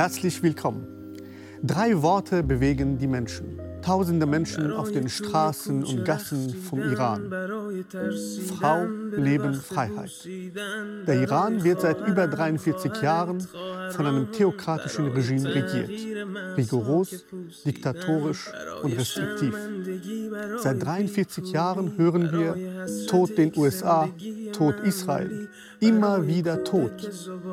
Herzlich willkommen. 3 Worte bewegen die Menschen. Tausende Menschen auf den Straßen und Gassen vom Iran. Frau, Leben, Freiheit. Der Iran wird seit über 43 Jahren von einem theokratischen Regime regiert. Rigoros, diktatorisch und restriktiv. Seit 43 Jahren hören wir Tod den USA, Tod Israel. Immer wieder Tod.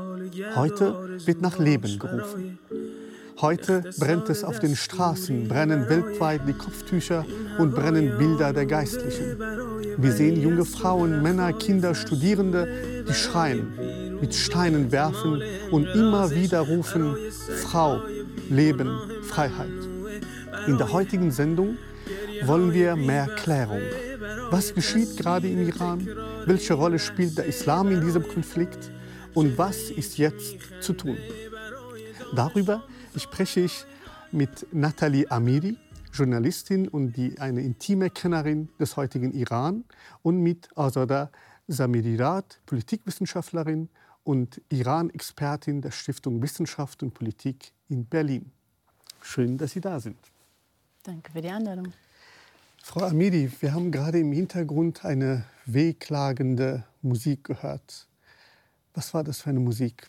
Heute wird nach Leben gerufen. Heute brennt es auf den Straßen, brennen weltweit die Kopftücher und brennen Bilder der Geistlichen. Wir sehen junge Frauen, Männer, Kinder, Studierende, die schreien, mit Steinen werfen und immer wieder rufen, Frau, Leben, Freiheit. In der heutigen Sendung wollen wir mehr Klärung. Was geschieht gerade im Iran? Welche Rolle spielt der Islam in diesem Konflikt? Und was ist jetzt zu tun? Darüber spreche ich mit Nathalie Amiri, Journalistin und eine intime Kennerin des heutigen Iran, und mit Azadeh Zamirirad, Politikwissenschaftlerin und Iran-Expertin der Stiftung Wissenschaft und Politik in Berlin. Schön, dass Sie da sind. Danke für die Einladung. Frau Amiri, wir haben gerade im Hintergrund eine wehklagende Musik gehört. Was war das für eine Musik?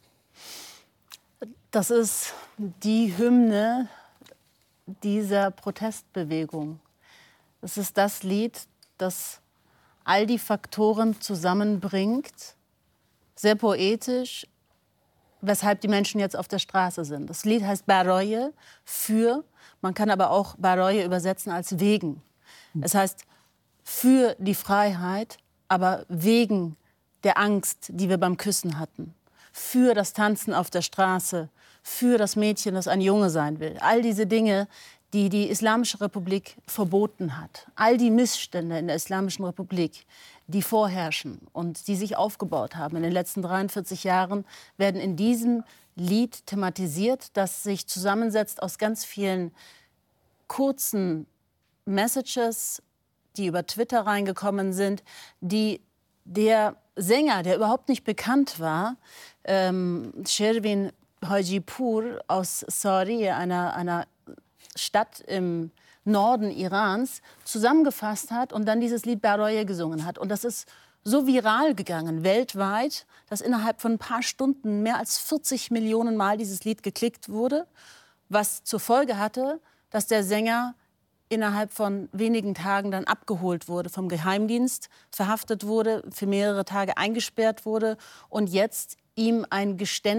Das ist die Hymne dieser Protestbewegung. Es ist das Lied, das all die Faktoren zusammenbringt, sehr poetisch, weshalb die Menschen jetzt auf der Straße sind. Das Lied heißt Baroye, für, man kann aber auch Baroye übersetzen als wegen. Es heißt für die Freiheit, aber wegen der Angst, die wir beim Küssen hatten. Für das Tanzen auf der Straße, für das Mädchen, das ein Junge sein will. All diese Dinge, die die Islamische Republik verboten hat. All die Missstände in der Islamischen Republik, die vorherrschen und die sich aufgebaut haben in den letzten 43 Jahren, werden in diesem Lied thematisiert, das sich zusammensetzt aus ganz vielen kurzen Messages, die über Twitter reingekommen sind, die der Sänger, der überhaupt nicht bekannt war, Shervin Hajipur aus Sari, einer Stadt im Norden Irans, zusammengefasst hat und dann dieses Lied Baroye gesungen hat. Und das ist so viral gegangen, weltweit, dass innerhalb von ein paar Stunden mehr als 40 Millionen Mal dieses Lied geklickt wurde, was zur Folge hatte, dass der Sänger innerhalb von wenigen Tagen dann abgeholt wurde vom Geheimdienst, verhaftet wurde, für mehrere Tage eingesperrt wurde und jetzt ihm ein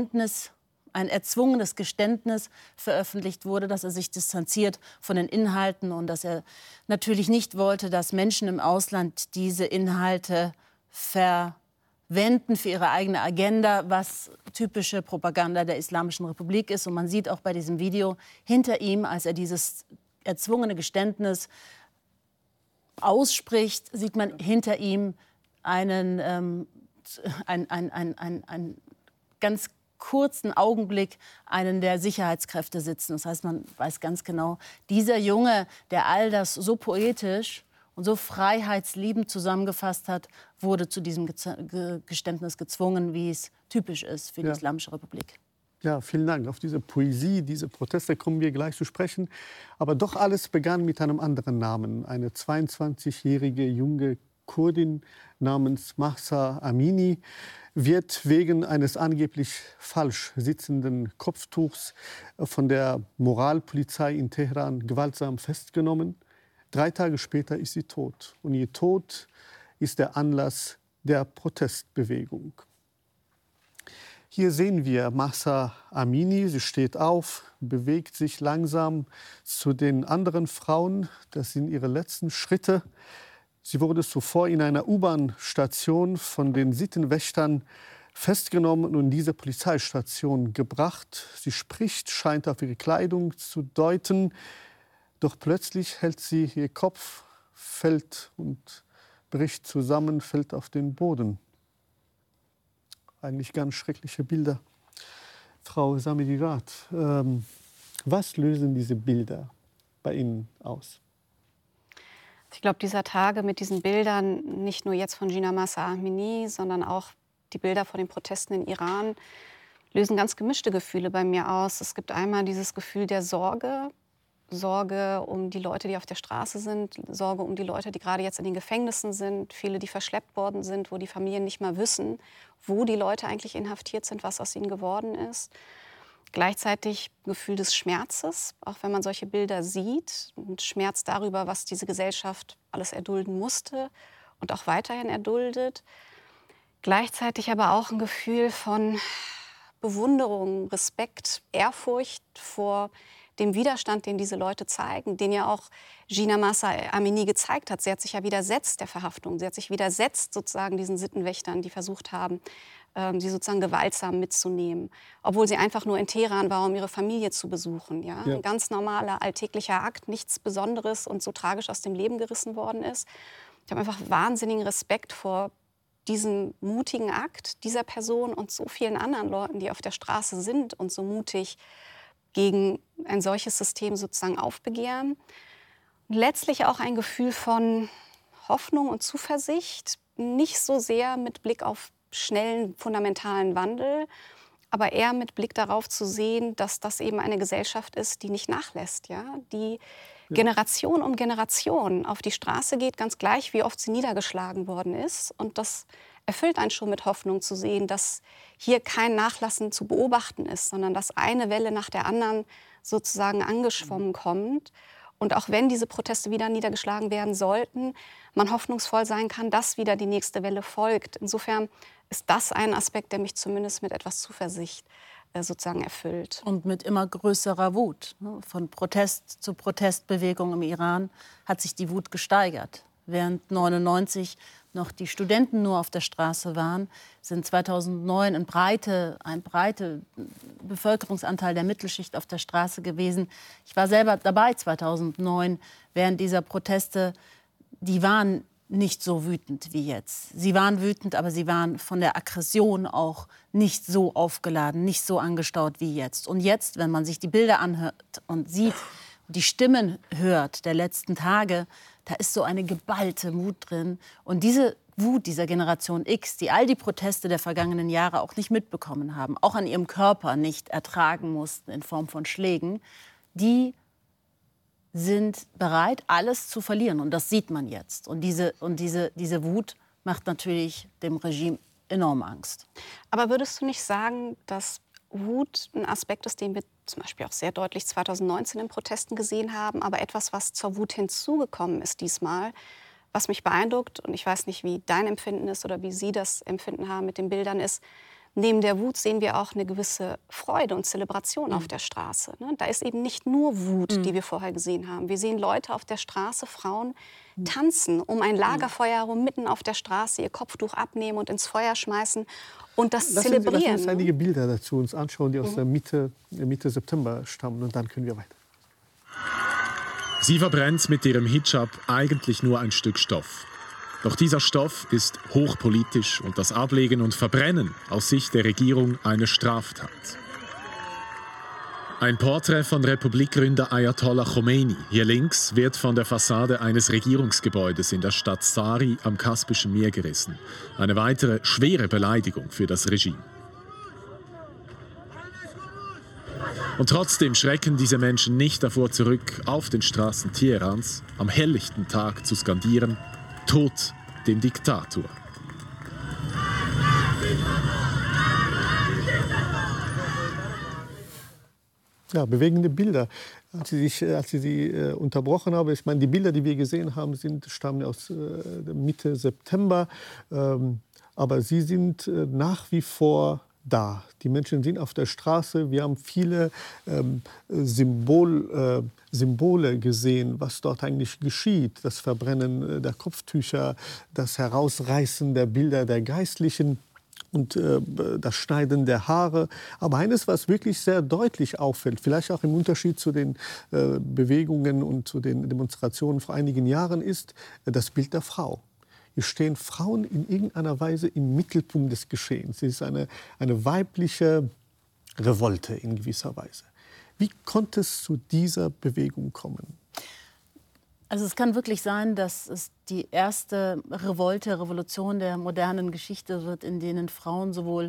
erzwungenes Geständnis veröffentlicht wurde, dass er sich distanziert von den Inhalten und dass er natürlich nicht wollte, dass Menschen im Ausland diese Inhalte verwenden für ihre eigene Agenda, was typische Propaganda der Islamischen Republik ist. Und man sieht auch bei diesem Video hinter ihm, als er dieses erzwungene Geständnis ausspricht, sieht man hinter ihm einen ganz kurzen Augenblick einen der Sicherheitskräfte sitzen. Das heißt, man weiß ganz genau, dieser Junge, der all das so poetisch und so freiheitsliebend zusammengefasst hat, wurde zu diesem Geständnis gezwungen, wie es typisch ist für die Islamische Republik. Ja, vielen Dank. Auf diese Poesie, diese Proteste kommen wir gleich zu sprechen. Aber doch alles begann mit einem anderen Namen. Eine 22-jährige junge Kurdin namens Mahsa Amini wird wegen eines angeblich falsch sitzenden Kopftuchs von der Moralpolizei in Teheran gewaltsam festgenommen. 3 Tage später ist sie tot. Und ihr Tod ist der Anlass der Protestbewegung. Hier sehen wir Mahsa Amini. Sie steht auf, bewegt sich langsam zu den anderen Frauen. Das sind ihre letzten Schritte. Sie wurde zuvor in einer U-Bahn-Station von den Sittenwächtern festgenommen und in diese Polizeistation gebracht. Sie spricht, scheint auf ihre Kleidung zu deuten. Doch plötzlich hält sie ihr Kopf, fällt und bricht zusammen, fällt auf den Boden. Eigentlich ganz schreckliche Bilder. Frau Zamirirad, was lösen diese Bilder bei Ihnen aus? Ich glaube, dieser Tage mit diesen Bildern, nicht nur jetzt von Jina Mahsa Amini, sondern auch die Bilder von den Protesten in Iran, lösen ganz gemischte Gefühle bei mir aus. Es gibt einmal dieses Gefühl der Sorge, Sorge um die Leute, die auf der Straße sind, Sorge um die Leute, die gerade jetzt in den Gefängnissen sind, viele, die verschleppt worden sind, wo die Familien nicht mal wissen, wo die Leute eigentlich inhaftiert sind, was aus ihnen geworden ist. Gleichzeitig Gefühl des Schmerzes, auch wenn man solche Bilder sieht, und Schmerz darüber, was diese Gesellschaft alles erdulden musste und auch weiterhin erduldet. Gleichzeitig aber auch ein Gefühl von Bewunderung, Respekt, Ehrfurcht vor dem Widerstand, den diese Leute zeigen, den ja auch Jina Mahsa Amini gezeigt hat. Sie hat sich ja widersetzt der Verhaftung. Sie hat sich widersetzt sozusagen diesen Sittenwächtern, die versucht haben, sie sozusagen gewaltsam mitzunehmen. Obwohl sie einfach nur in Teheran war, um ihre Familie zu besuchen. Ja? Ja. Ein ganz normaler, alltäglicher Akt, nichts Besonderes und so tragisch aus dem Leben gerissen worden ist. Ich habe einfach wahnsinnigen Respekt vor diesem mutigen Akt dieser Person und so vielen anderen Leuten, die auf der Straße sind und so mutig gegen ein solches System sozusagen aufbegehren. Und letztlich auch ein Gefühl von Hoffnung und Zuversicht, nicht so sehr mit Blick auf schnellen, fundamentalen Wandel, aber eher mit Blick darauf zu sehen, dass das eben eine Gesellschaft ist, die nicht nachlässt, ja? Die Generation um Generation auf die Straße geht, ganz gleich, wie oft sie niedergeschlagen worden ist. Und das erfüllt einen schon mit Hoffnung zu sehen, dass hier kein Nachlassen zu beobachten ist, sondern dass eine Welle nach der anderen sozusagen angeschwommen kommt. Und auch wenn diese Proteste wieder niedergeschlagen werden sollten, man hoffnungsvoll sein kann, dass wieder die nächste Welle folgt. Insofern ist das ein Aspekt, der mich zumindest mit etwas Zuversicht sozusagen erfüllt. Und mit immer größerer Wut. Von Protest zu Protestbewegung im Iran hat sich die Wut gesteigert. Während 1999 noch die Studenten nur auf der Straße waren, sind 2009 ein breiter Bevölkerungsanteil der Mittelschicht auf der Straße gewesen. Ich war selber dabei 2009 während dieser Proteste. Die waren nicht so wütend wie jetzt. Sie waren wütend, aber sie waren von der Aggression auch nicht so aufgeladen, nicht so angestaut wie jetzt. Und jetzt, wenn man sich die Bilder anhört und sieht, die Stimmen hört der letzten Tage, da ist so eine geballte Wut drin. Und diese Wut dieser Generation X, die all die Proteste der vergangenen Jahre auch nicht mitbekommen haben, auch an ihrem Körper nicht ertragen mussten in Form von Schlägen, die sind bereit, alles zu verlieren. Und das sieht man jetzt. Und diese Wut macht natürlich dem Regime enorm Angst. Aber würdest du nicht sagen, dass Wut ein Aspekt ist, den wir zum Beispiel auch sehr deutlich 2019 in Protesten gesehen haben, aber etwas, was zur Wut hinzugekommen ist diesmal, was mich beeindruckt, und ich weiß nicht, wie dein Empfinden ist oder wie Sie das Empfinden haben mit den Bildern, ist, neben der Wut sehen wir auch eine gewisse Freude und Zelebration auf der Straße. Ne? Da ist eben nicht nur Wut, die wir vorher gesehen haben. Wir sehen Leute auf der Straße, Frauen, tanzen um ein Lagerfeuer herum, mitten auf der Straße, ihr Kopftuch abnehmen und ins Feuer schmeißen und das zelebrieren. Lassen Sie uns einige Bilder dazu uns anschauen, die aus der Mitte September stammen, und dann können wir weiter. Sie verbrennt mit ihrem Hijab eigentlich nur ein Stück Stoff. Doch dieser Stoff ist hochpolitisch und das Ablegen und Verbrennen aus Sicht der Regierung eine Straftat. Ein Porträt von Republikgründer Ayatollah Khomeini, hier links, wird von der Fassade eines Regierungsgebäudes in der Stadt Sari am Kaspischen Meer gerissen. Eine weitere schwere Beleidigung für das Regime. Und trotzdem schrecken diese Menschen nicht davor zurück, auf den Straßen Teherans am helllichten Tag zu skandieren: Tod dem Diktator. Ja, bewegende Bilder. Als ich sie unterbrochen habe, ich meine, die Bilder, die wir gesehen haben, stammen aus Mitte September. Aber sie sind nach wie vor da. Die Menschen sind auf der Straße. Wir haben viele Symbole gesehen, was dort eigentlich geschieht. Das Verbrennen der Kopftücher, das Herausreißen der Bilder der Geistlichen und das Schneiden der Haare. Aber eines, was wirklich sehr deutlich auffällt, vielleicht auch im Unterschied zu den Bewegungen und zu den Demonstrationen vor einigen Jahren, ist das Bild der Frau. Hier stehen Frauen in irgendeiner Weise im Mittelpunkt des Geschehens. Es ist eine weibliche Revolte in gewisser Weise. Wie konnte es zu dieser Bewegung kommen? Also es kann wirklich sein, dass es die erste Revolte, Revolution der modernen Geschichte wird, in denen Frauen sowohl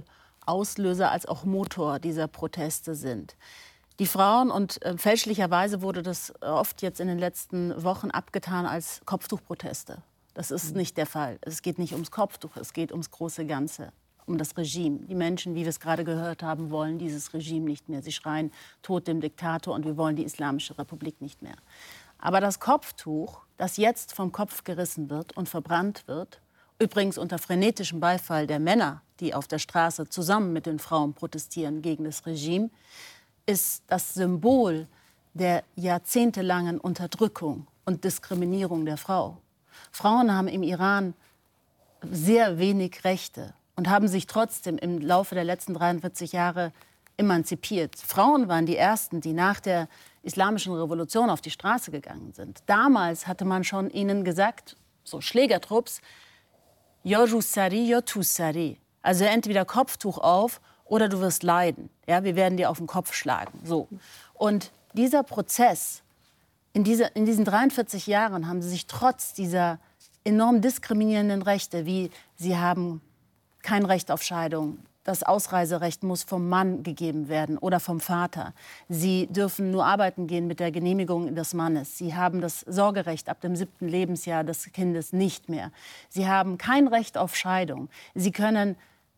Auslöser als auch Motor dieser Proteste sind. Die Frauen, und fälschlicherweise wurde das oft jetzt in den letzten Wochen abgetan als Kopftuchproteste. Das ist nicht der Fall. Es geht nicht ums Kopftuch, es geht ums große Ganze, um das Regime. Die Menschen, wie wir es gerade gehört haben, wollen dieses Regime nicht mehr. Sie schreien Tod dem Diktator und wir wollen die Islamische Republik nicht mehr. Aber das Kopftuch, das jetzt vom Kopf gerissen wird und verbrannt wird, übrigens unter frenetischem Beifall der Männer, die auf der Straße zusammen mit den Frauen protestieren gegen das Regime, ist das Symbol der jahrzehntelangen Unterdrückung und Diskriminierung der Frau. Frauen haben im Iran sehr wenig Rechte und haben sich trotzdem im Laufe der letzten 43 Jahre emanzipiert. Frauen waren die Ersten, die nach der Islamischen Revolution auf die Straße gegangen sind. Damals hatte man schon ihnen gesagt, so Schlägertrupps, Yoru Sari, Yotu Sari. Also entweder Kopftuch auf oder du wirst leiden. Ja, wir werden dir auf den Kopf schlagen. So. Und dieser Prozess, in diesen 43 Jahren haben sie sich trotz dieser enorm diskriminierenden Rechte, wie sie haben kein Recht auf Scheidung, das Ausreiserecht muss vom Mann gegeben werden oder vom Vater. Sie dürfen nur arbeiten gehen mit der Genehmigung des Mannes. Sie haben das Sorgerecht ab dem 7. Lebensjahr des Kindes nicht mehr. Sie haben kein Recht auf Scheidung. Sie können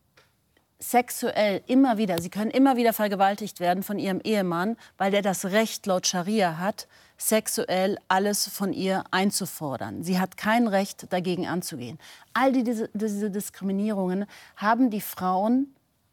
sexuell immer wieder vergewaltigt werden von ihrem Ehemann, weil der das Recht laut Scharia hat, sexuell alles von ihr einzufordern. Sie hat kein Recht, dagegen anzugehen. All diese Diskriminierungen haben die Frauen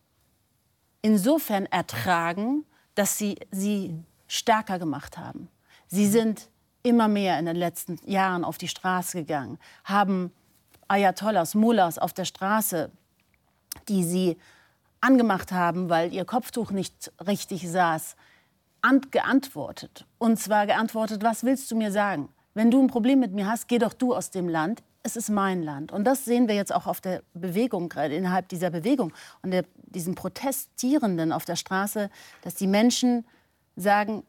insofern ertragen, dass sie stärker gemacht haben. Sie sind immer mehr in den letzten Jahren auf die Straße gegangen, haben Ayatollahs, Mullahs auf der Straße, die sie angemacht haben, weil ihr Kopftuch nicht richtig saß, geantwortet. Und zwar geantwortet, was willst du mir sagen? Wenn du ein Problem mit mir hast, geh doch du aus dem Land. Es ist mein Land. Und das sehen wir jetzt auch auf der Bewegung, gerade innerhalb dieser Bewegung und diesen Protestierenden auf der Straße, dass die Menschen sagen,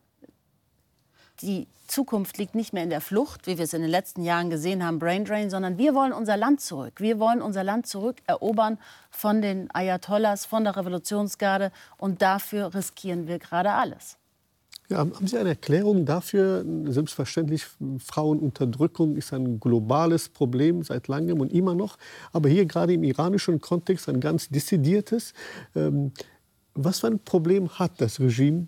die Zukunft liegt nicht mehr in der Flucht, wie wir es in den letzten Jahren gesehen haben, Braindrain, sondern wir wollen unser Land zurück. Wir wollen unser Land zurückerobern von den Ayatollahs, von der Revolutionsgarde. Und dafür riskieren wir gerade alles. Ja, haben Sie eine Erklärung dafür? Selbstverständlich, Frauenunterdrückung ist ein globales Problem seit langem und immer noch. Aber hier gerade im iranischen Kontext ein ganz decidiertes. Was für ein Problem hat das Regime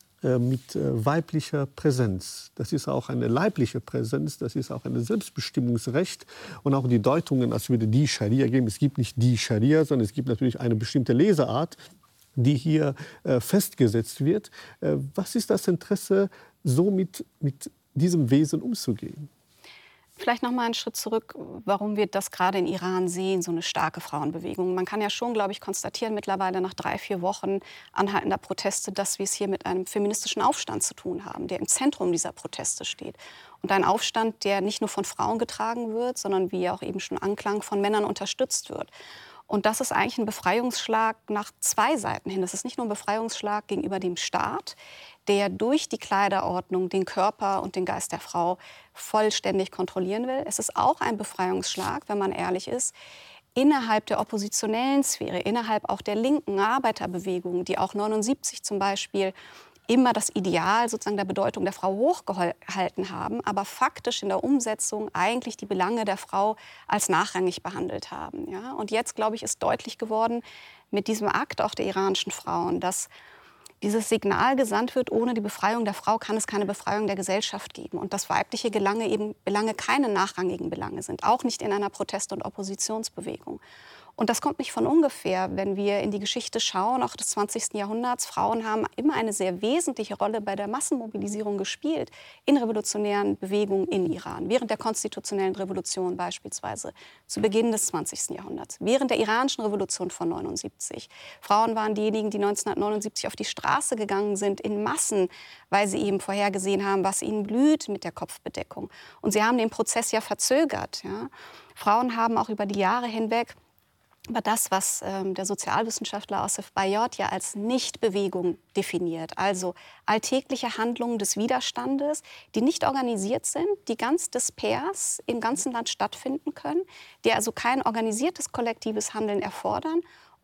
mit weiblicher Präsenz? Das ist auch eine leibliche Präsenz, das ist auch ein Selbstbestimmungsrecht und auch die Deutungen, als würde die Scharia geben. Es gibt nicht die Scharia, sondern es gibt natürlich eine bestimmte Leseart, die hier festgesetzt wird. Was ist das Interesse, so mit diesem Wesen umzugehen? Vielleicht noch mal einen Schritt zurück, warum wir das gerade in Iran sehen, so eine starke Frauenbewegung. Man kann ja schon, glaube ich, konstatieren mittlerweile nach 3-4 Wochen anhaltender Proteste, dass wir es hier mit einem feministischen Aufstand zu tun haben, der im Zentrum dieser Proteste steht. Und ein Aufstand, der nicht nur von Frauen getragen wird, sondern, wie auch eben schon anklang, von Männern unterstützt wird. Und das ist eigentlich ein Befreiungsschlag nach 2 Seiten hin. Das ist nicht nur ein Befreiungsschlag gegenüber dem Staat, der durch die Kleiderordnung den Körper und den Geist der Frau vollständig kontrollieren will. Es ist auch ein Befreiungsschlag, wenn man ehrlich ist, innerhalb der oppositionellen Sphäre, innerhalb auch der linken Arbeiterbewegung, die auch 79 zum Beispiel immer das Ideal sozusagen der Bedeutung der Frau hochgehalten haben, aber faktisch in der Umsetzung eigentlich die Belange der Frau als nachrangig behandelt haben. Ja? Und jetzt, glaube ich, ist deutlich geworden mit diesem Akt auch der iranischen Frauen, dass dieses Signal gesandt wird, ohne die Befreiung der Frau kann es keine Befreiung der Gesellschaft geben. Und dass weibliche Belange keine nachrangigen Belange sind, auch nicht in einer Protest- und Oppositionsbewegung. Und das kommt nicht von ungefähr, wenn wir in die Geschichte schauen, auch des 20. Jahrhunderts. Frauen haben immer eine sehr wesentliche Rolle bei der Massenmobilisierung gespielt in revolutionären Bewegungen in Iran. Während der konstitutionellen Revolution beispielsweise zu Beginn des 20. Jahrhunderts. Während der iranischen Revolution von 79. Frauen waren diejenigen, die 1979 auf die Straße gegangen sind in Massen, weil sie eben vorhergesehen haben, was ihnen blüht mit der Kopfbedeckung. Und sie haben den Prozess ja verzögert. Ja. Frauen haben auch über die Jahre hinweg aber das, was der Sozialwissenschaftler Asif Bayat ja als Nichtbewegung definiert, also alltägliche Handlungen des Widerstandes, die nicht organisiert sind, die ganz dispers im ganzen Land stattfinden können, die also kein organisiertes kollektives Handeln erfordern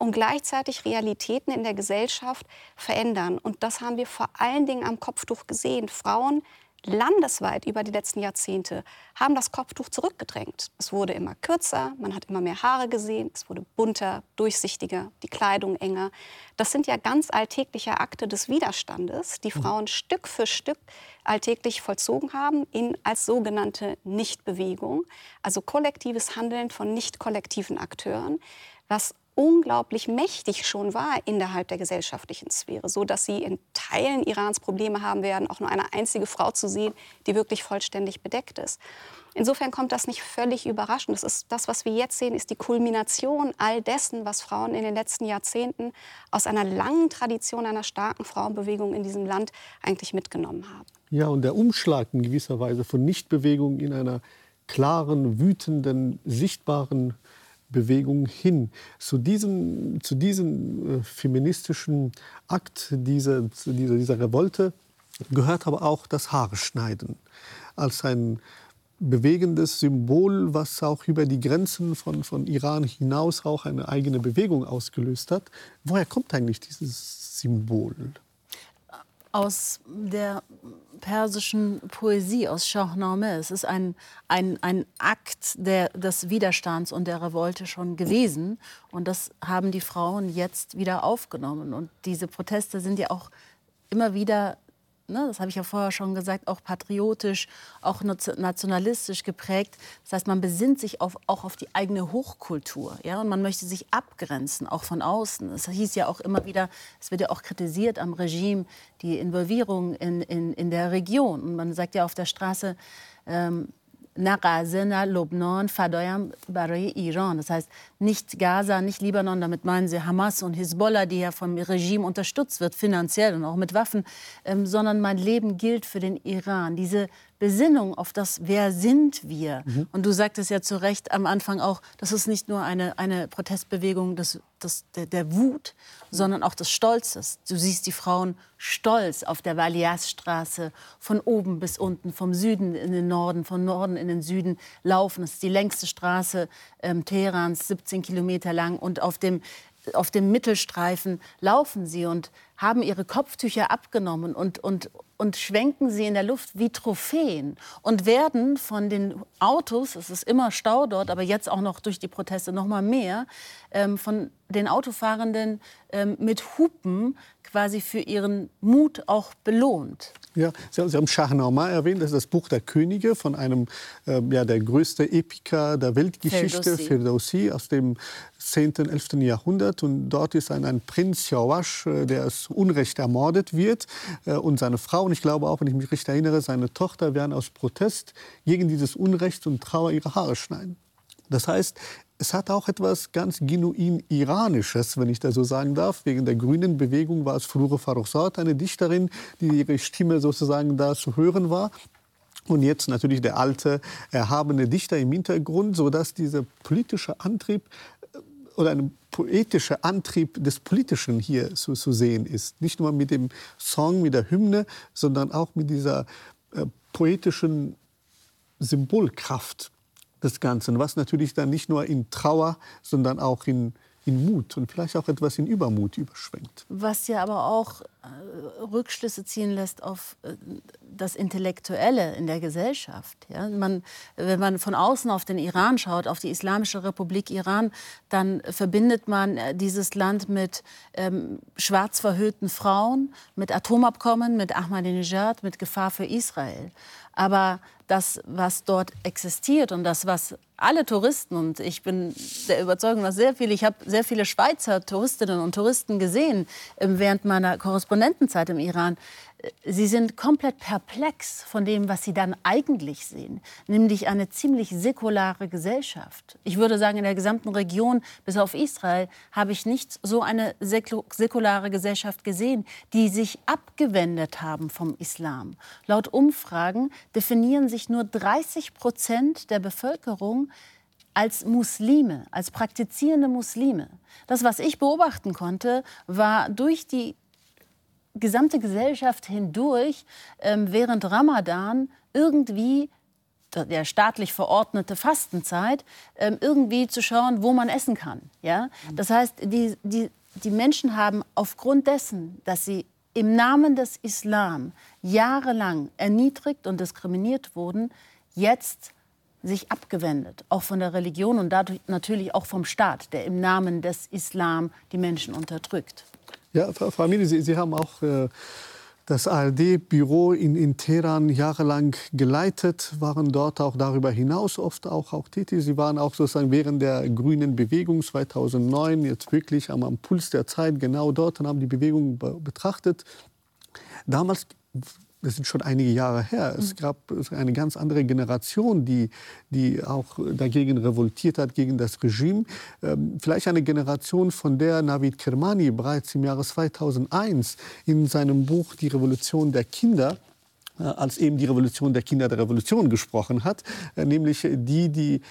und gleichzeitig Realitäten in der Gesellschaft verändern. Und das haben wir vor allen Dingen am Kopftuch gesehen. Frauen landesweit über die letzten Jahrzehnte haben das Kopftuch zurückgedrängt. Es wurde immer kürzer, man hat immer mehr Haare gesehen, es wurde bunter, durchsichtiger, die Kleidung enger. Das sind ja ganz alltägliche Akte des Widerstandes, die Frauen Stück für Stück alltäglich vollzogen haben als sogenannte Nichtbewegung, also kollektives Handeln von nicht kollektiven Akteuren, was unglaublich mächtig schon war innerhalb der gesellschaftlichen Sphäre, so dass sie in Teilen Irans Probleme haben werden, auch nur eine einzige Frau zu sehen, die wirklich vollständig bedeckt ist. Insofern kommt das nicht völlig überraschend. Das, was wir jetzt sehen, ist die Kulmination all dessen, was Frauen in den letzten Jahrzehnten aus einer langen Tradition einer starken Frauenbewegung in diesem Land eigentlich mitgenommen haben. Ja, und der Umschlag in gewisser Weise von Nichtbewegung in einer klaren, wütenden, sichtbaren Bewegung hin. Zu diesem feministischen Akt, dieser Revolte, gehört aber auch das Haareschneiden als ein bewegendes Symbol, was auch über die Grenzen von Iran hinaus auch eine eigene Bewegung ausgelöst hat. Woher kommt eigentlich dieses Symbol? Aus der persischen Poesie, aus Shahnameh. Es ist ein Akt des Widerstands und der Revolte schon gewesen. Und das haben die Frauen jetzt wieder aufgenommen. Und diese Proteste sind ja auch immer wieder, das habe ich ja vorher schon gesagt, auch patriotisch, auch nationalistisch geprägt. Das heißt, man besinnt sich auch auf die eigene Hochkultur. Ja? Und man möchte sich abgrenzen, auch von außen. Es hieß ja auch immer wieder, es wird ja auch kritisiert am Regime, die Involvierung in der Region. Und man sagt ja auf der Straße, Na Gaza, na Lebanon, Fadoyam Baroye Iran. Das heißt, nicht Gaza, nicht Libanon, damit meinen sie Hamas und Hisbollah, die ja vom Regime unterstützt wird, finanziell und auch mit Waffen, sondern mein Leben gilt für den Iran. Diese Besinnung auf das, wer sind wir? Und du sagtest ja zu Recht am Anfang auch, das ist nicht nur eine Protestbewegung der Wut, sondern auch des Stolzes. Du siehst die Frauen stolz auf der Valias-Straße von oben bis unten, vom Süden in den Norden, vom Norden in den Süden laufen. Es ist die längste Straße Teherans, 17 Kilometer lang. Und auf dem Mittelstreifen laufen sie und haben ihre Kopftücher abgenommen und schwenken sie in der Luft wie Trophäen und werden von den Autos, es ist immer Stau dort, aber jetzt auch noch durch die Proteste noch mal mehr, von den Autofahrenden mit Hupen quasi für ihren Mut auch belohnt. Ja, Sie haben Shahnameh erwähnt, das ist das Buch der Könige von einem der größten Epiker der Weltgeschichte, Ferdowsi, aus dem 10. und 11. Jahrhundert. Und dort ist ein Prinz Siawash, der aus Unrecht ermordet wird. Und seine Frau, und ich glaube auch, wenn ich mich richtig erinnere, seine Tochter werden aus Protest gegen dieses Unrecht und Trauer ihre Haare schneiden. Das heißt, es hat auch etwas ganz genuin Iranisches, wenn ich das so sagen darf. Wegen der grünen Bewegung war es Forough Farrokhzad, eine Dichterin, die ihre Stimme sozusagen da zu hören war. Und jetzt natürlich der alte, erhabene Dichter im Hintergrund, sodass dieser politische Antrieb oder ein poetischer Antrieb des Politischen hier zu sehen ist. Nicht nur mit dem Song, mit der Hymne, sondern auch mit dieser poetischen Symbolkraft des Ganzen, was natürlich dann nicht nur in Trauer, sondern auch in Mut und vielleicht auch etwas in Übermut überschwenkt. Was ja aber auch Rückschlüsse ziehen lässt auf das Intellektuelle in der Gesellschaft. Ja? Wenn man von außen auf den Iran schaut, auf die Islamische Republik Iran, dann verbindet man dieses Land mit schwarz verhüllten Frauen, mit Atomabkommen, mit Ahmadinejad, mit Gefahr für Israel. Aber das, was dort existiert und das, was alle Touristen, und ich bin der Überzeugung, dass ich habe sehr viele Schweizer Touristinnen und Touristen gesehen während meiner Korrespondentenzeit im Iran. Sie sind komplett perplex von dem, was sie dann eigentlich sehen, nämlich eine ziemlich säkulare Gesellschaft. Ich würde sagen, in der gesamten Region, bis auf Israel, habe ich nicht so eine säkulare Gesellschaft gesehen, die sich abgewendet haben vom Islam. Laut Umfragen definieren sich nur 30% der Bevölkerung als Muslime, als praktizierende Muslime. Das, was ich beobachten konnte, war durch die gesamte Gesellschaft hindurch während Ramadan irgendwie der staatlich verordnete Fastenzeit, irgendwie zu schauen, wo man essen kann. Ja? Das heißt, die Menschen haben aufgrund dessen, dass sie im Namen des Islam jahrelang erniedrigt und diskriminiert wurden, jetzt sich abgewendet, auch von der Religion und dadurch natürlich auch vom Staat, der im Namen des Islam die Menschen unterdrückt. Ja, Frau Amini, Sie haben auch das ARD-Büro in Teheran jahrelang geleitet, waren dort auch darüber hinaus oft auch tätig. Sie waren auch sozusagen während der grünen Bewegung 2009 jetzt wirklich am Puls der Zeit genau dort und haben die Bewegung betrachtet. Damals, das sind schon einige Jahre her, es gab eine ganz andere Generation, die auch dagegen revoltiert hat, gegen das Regime. Vielleicht eine Generation, von der Navid Kermani bereits im Jahre 2001 in seinem Buch Die Revolution der Kinder, als eben die Revolution der Kinder der Revolution gesprochen hat, nämlich die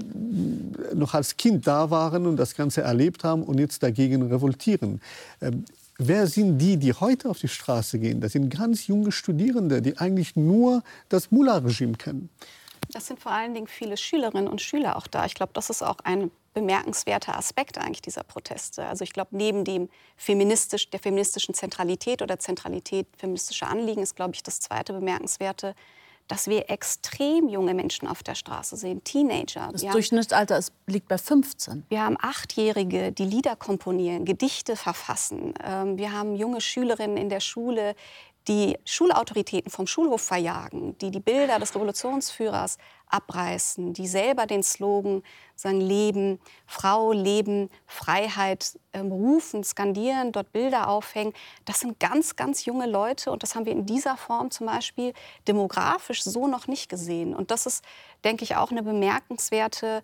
noch als Kind da waren und das Ganze erlebt haben und jetzt dagegen revoltieren. Wer sind die heute auf die Straße gehen? Das sind ganz junge Studierende, die eigentlich nur das Mullah-Regime kennen. Das sind vor allen Dingen viele Schülerinnen und Schüler auch da. Ich glaube, das ist auch ein bemerkenswerter Aspekt eigentlich dieser Proteste. Also ich glaube, neben der feministischen Zentralität oder Zentralität feministischer Anliegen ist, glaube ich, das zweite Bemerkenswerte, dass wir extrem junge Menschen auf der Straße sehen, Teenager. Das Durchschnittsalter liegt bei 15. Wir haben 8-Jährige, die Lieder komponieren, Gedichte verfassen. Wir haben junge Schülerinnen in der Schule, die Schulautoritäten vom Schulhof verjagen, die Bilder des Revolutionsführers abreißen, die selber den Slogan sagen, Leben, Frau, Leben, Freiheit rufen, skandieren, dort Bilder aufhängen. Das sind ganz, ganz junge Leute und das haben wir in dieser Form zum Beispiel demografisch so noch nicht gesehen. Und das ist, denke ich, auch ein bemerkenswertes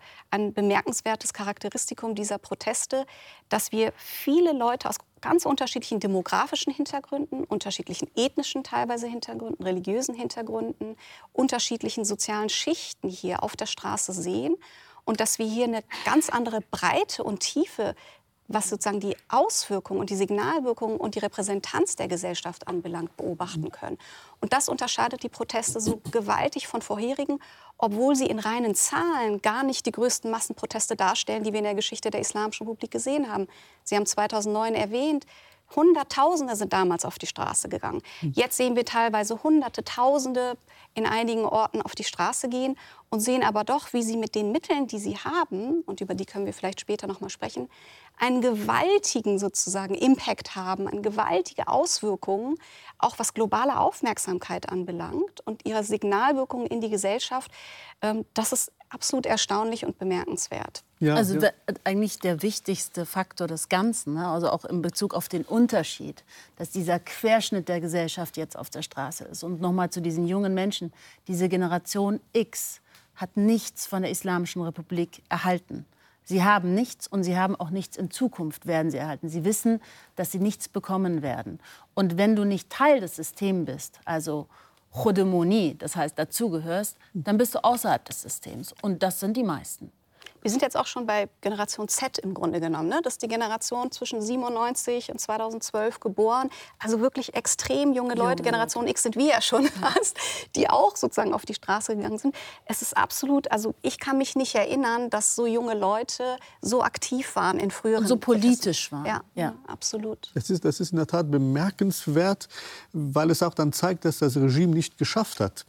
Charakteristikum dieser Proteste, dass wir viele Leute aus ganz unterschiedlichen demografischen Hintergründen, unterschiedlichen ethnischen teilweise Hintergründen, religiösen Hintergründen, unterschiedlichen sozialen Schichten hier auf der Straße sehen und dass wir hier eine ganz andere Breite und Tiefe, was sozusagen die Auswirkungen und die Signalwirkungen und die Repräsentanz der Gesellschaft anbelangt, beobachten können. Und das unterscheidet die Proteste so gewaltig von vorherigen, obwohl sie in reinen Zahlen gar nicht die größten Massenproteste darstellen, die wir in der Geschichte der Islamischen Republik gesehen haben. Sie haben 2009 erwähnt, Hunderttausende sind damals auf die Straße gegangen. Jetzt sehen wir teilweise Hunderte, Tausende in einigen Orten auf die Straße gehen und sehen aber doch, wie sie mit den Mitteln, die sie haben, und über die können wir vielleicht später noch mal sprechen, einen gewaltigen sozusagen Impact haben, eine gewaltige Auswirkungen, auch was globale Aufmerksamkeit anbelangt und ihre Signalwirkungen in die Gesellschaft. Das ist absolut erstaunlich und bemerkenswert. Ja, also eigentlich der wichtigste Faktor des Ganzen, ne? Also auch in Bezug auf den Unterschied, dass dieser Querschnitt der Gesellschaft jetzt auf der Straße ist. Und nochmal zu diesen jungen Menschen, diese Generation X hat nichts von der Islamischen Republik erhalten. Sie haben nichts und sie haben auch nichts in Zukunft, werden sie erhalten. Sie wissen, dass sie nichts bekommen werden. Und wenn du nicht Teil des Systems bist, also Chodemoni, das heißt dazugehörst, dann bist du außerhalb des Systems. Und das sind die meisten. Wir sind jetzt auch schon bei Generation Z im Grunde genommen. Ne? Das ist die Generation zwischen 97 und 2012 geboren. Also wirklich extrem junge Leute. Generation X sind wir ja schon fast, die auch sozusagen auf die Straße gegangen sind. Es ist absolut, also ich kann mich nicht erinnern, dass so junge Leute so aktiv waren in früheren... Und so politisch waren. Ja, absolut. Das ist in der Tat bemerkenswert, weil es auch dann zeigt, dass das Regime nicht geschafft hat,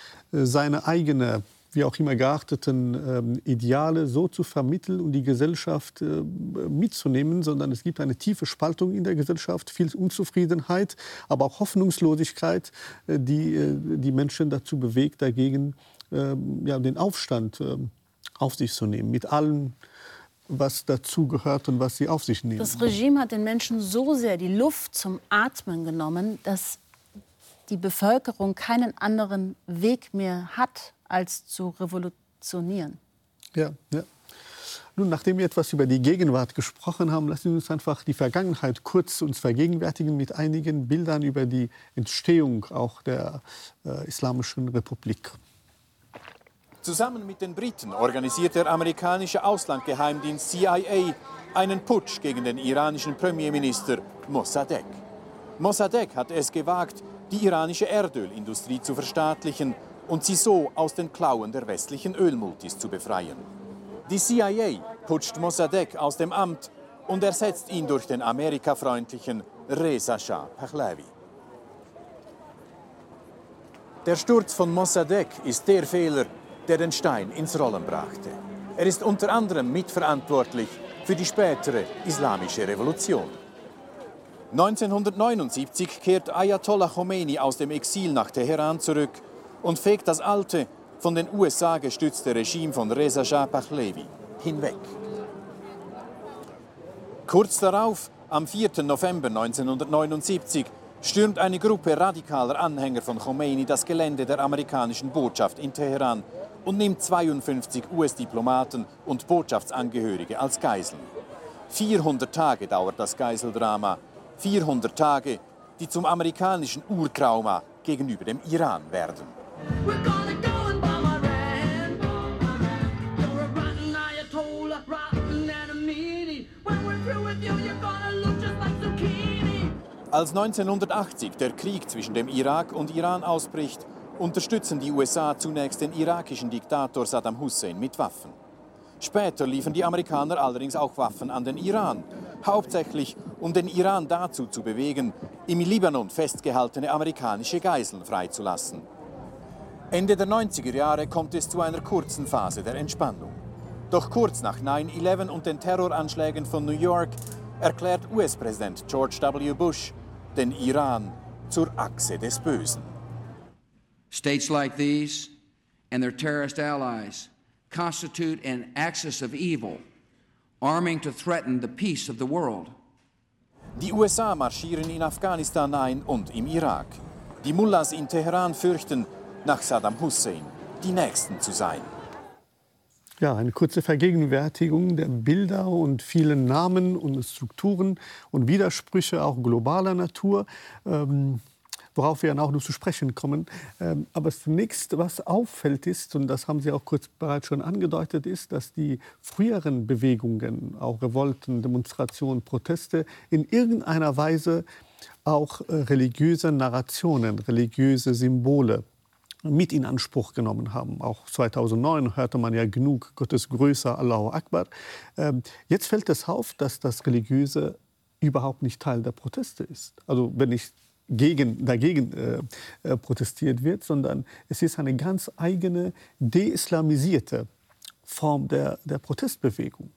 seine eigene, wie auch immer geachteten Ideale so zu vermitteln und die Gesellschaft mitzunehmen, sondern es gibt eine tiefe Spaltung in der Gesellschaft, viel Unzufriedenheit, aber auch Hoffnungslosigkeit, die Menschen dazu bewegt, dagegen den Aufstand auf sich zu nehmen, mit allem, was dazu gehört und was sie auf sich nehmen. Das Regime hat den Menschen so sehr die Luft zum Atmen genommen, dass die Bevölkerung keinen anderen Weg mehr hat, als zu revolutionieren. Ja. Nun, nachdem wir etwas über die Gegenwart gesprochen haben, lassen Sie uns einfach die Vergangenheit kurz uns vergegenwärtigen mit einigen Bildern über die Entstehung auch der Islamischen Republik. Zusammen mit den Briten organisiert der amerikanische Auslandgeheimdienst CIA einen Putsch gegen den iranischen Premierminister Mossadegh. Mossadegh hat es gewagt, die iranische Erdölindustrie zu verstaatlichen und sie so aus den Klauen der westlichen Ölmultis zu befreien. Die CIA putscht Mossadegh aus dem Amt und ersetzt ihn durch den amerikafreundlichen Reza Shah Pahlavi. Der Sturz von Mossadegh ist der Fehler, der den Stein ins Rollen brachte. Er ist unter anderem mitverantwortlich für die spätere islamische Revolution. 1979 kehrt Ayatollah Khomeini aus dem Exil nach Teheran zurück und fegt das alte, von den USA gestützte Regime von Reza Shah Pahlavi hinweg. Kurz darauf, am 4. November 1979, stürmt eine Gruppe radikaler Anhänger von Khomeini das Gelände der amerikanischen Botschaft in Teheran und nimmt 52 US-Diplomaten und Botschaftsangehörige als Geiseln. 400 Tage dauert das Geiseldrama. 400 Tage, die zum amerikanischen Urtrauma gegenüber dem Iran werden. Als 1980 der Krieg zwischen dem Irak und Iran ausbricht, unterstützen die USA zunächst den irakischen Diktator Saddam Hussein mit Waffen. Später liefern die Amerikaner allerdings auch Waffen an den Iran, hauptsächlich um den Iran dazu zu bewegen, im Libanon festgehaltene amerikanische Geiseln freizulassen. Ende der 90er Jahre kommt es zu einer kurzen Phase der Entspannung. Doch kurz nach 9/11 und den Terroranschlägen von New York erklärt US-Präsident George W. Bush den Iran zur Achse des Bösen. States like these and their terrorist allies constitute an axis of evil, arming to threaten the peace of the world. Die USA marschieren in Afghanistan ein und im Irak. Die Mullahs in Teheran fürchten, nach Saddam Hussein die Nächsten zu sein. Ja, eine kurze Vergegenwärtigung der Bilder und vielen Namen und Strukturen und Widersprüche auch globaler Natur, worauf wir dann auch noch zu sprechen kommen. Aber zunächst, was auffällt ist, und das haben Sie auch kurz bereits schon angedeutet, ist, dass die früheren Bewegungen, auch Revolten, Demonstrationen, Proteste, in irgendeiner Weise auch religiöse Narrationen, religiöse Symbole mit in Anspruch genommen haben. Auch 2009 hörte man ja genug Gottes Größe, Allahu Akbar. Jetzt fällt es auf, dass das Religiöse überhaupt nicht Teil der Proteste ist. Also wenn nicht dagegen protestiert wird, sondern es ist eine ganz eigene, deislamisierte Form der Protestbewegung.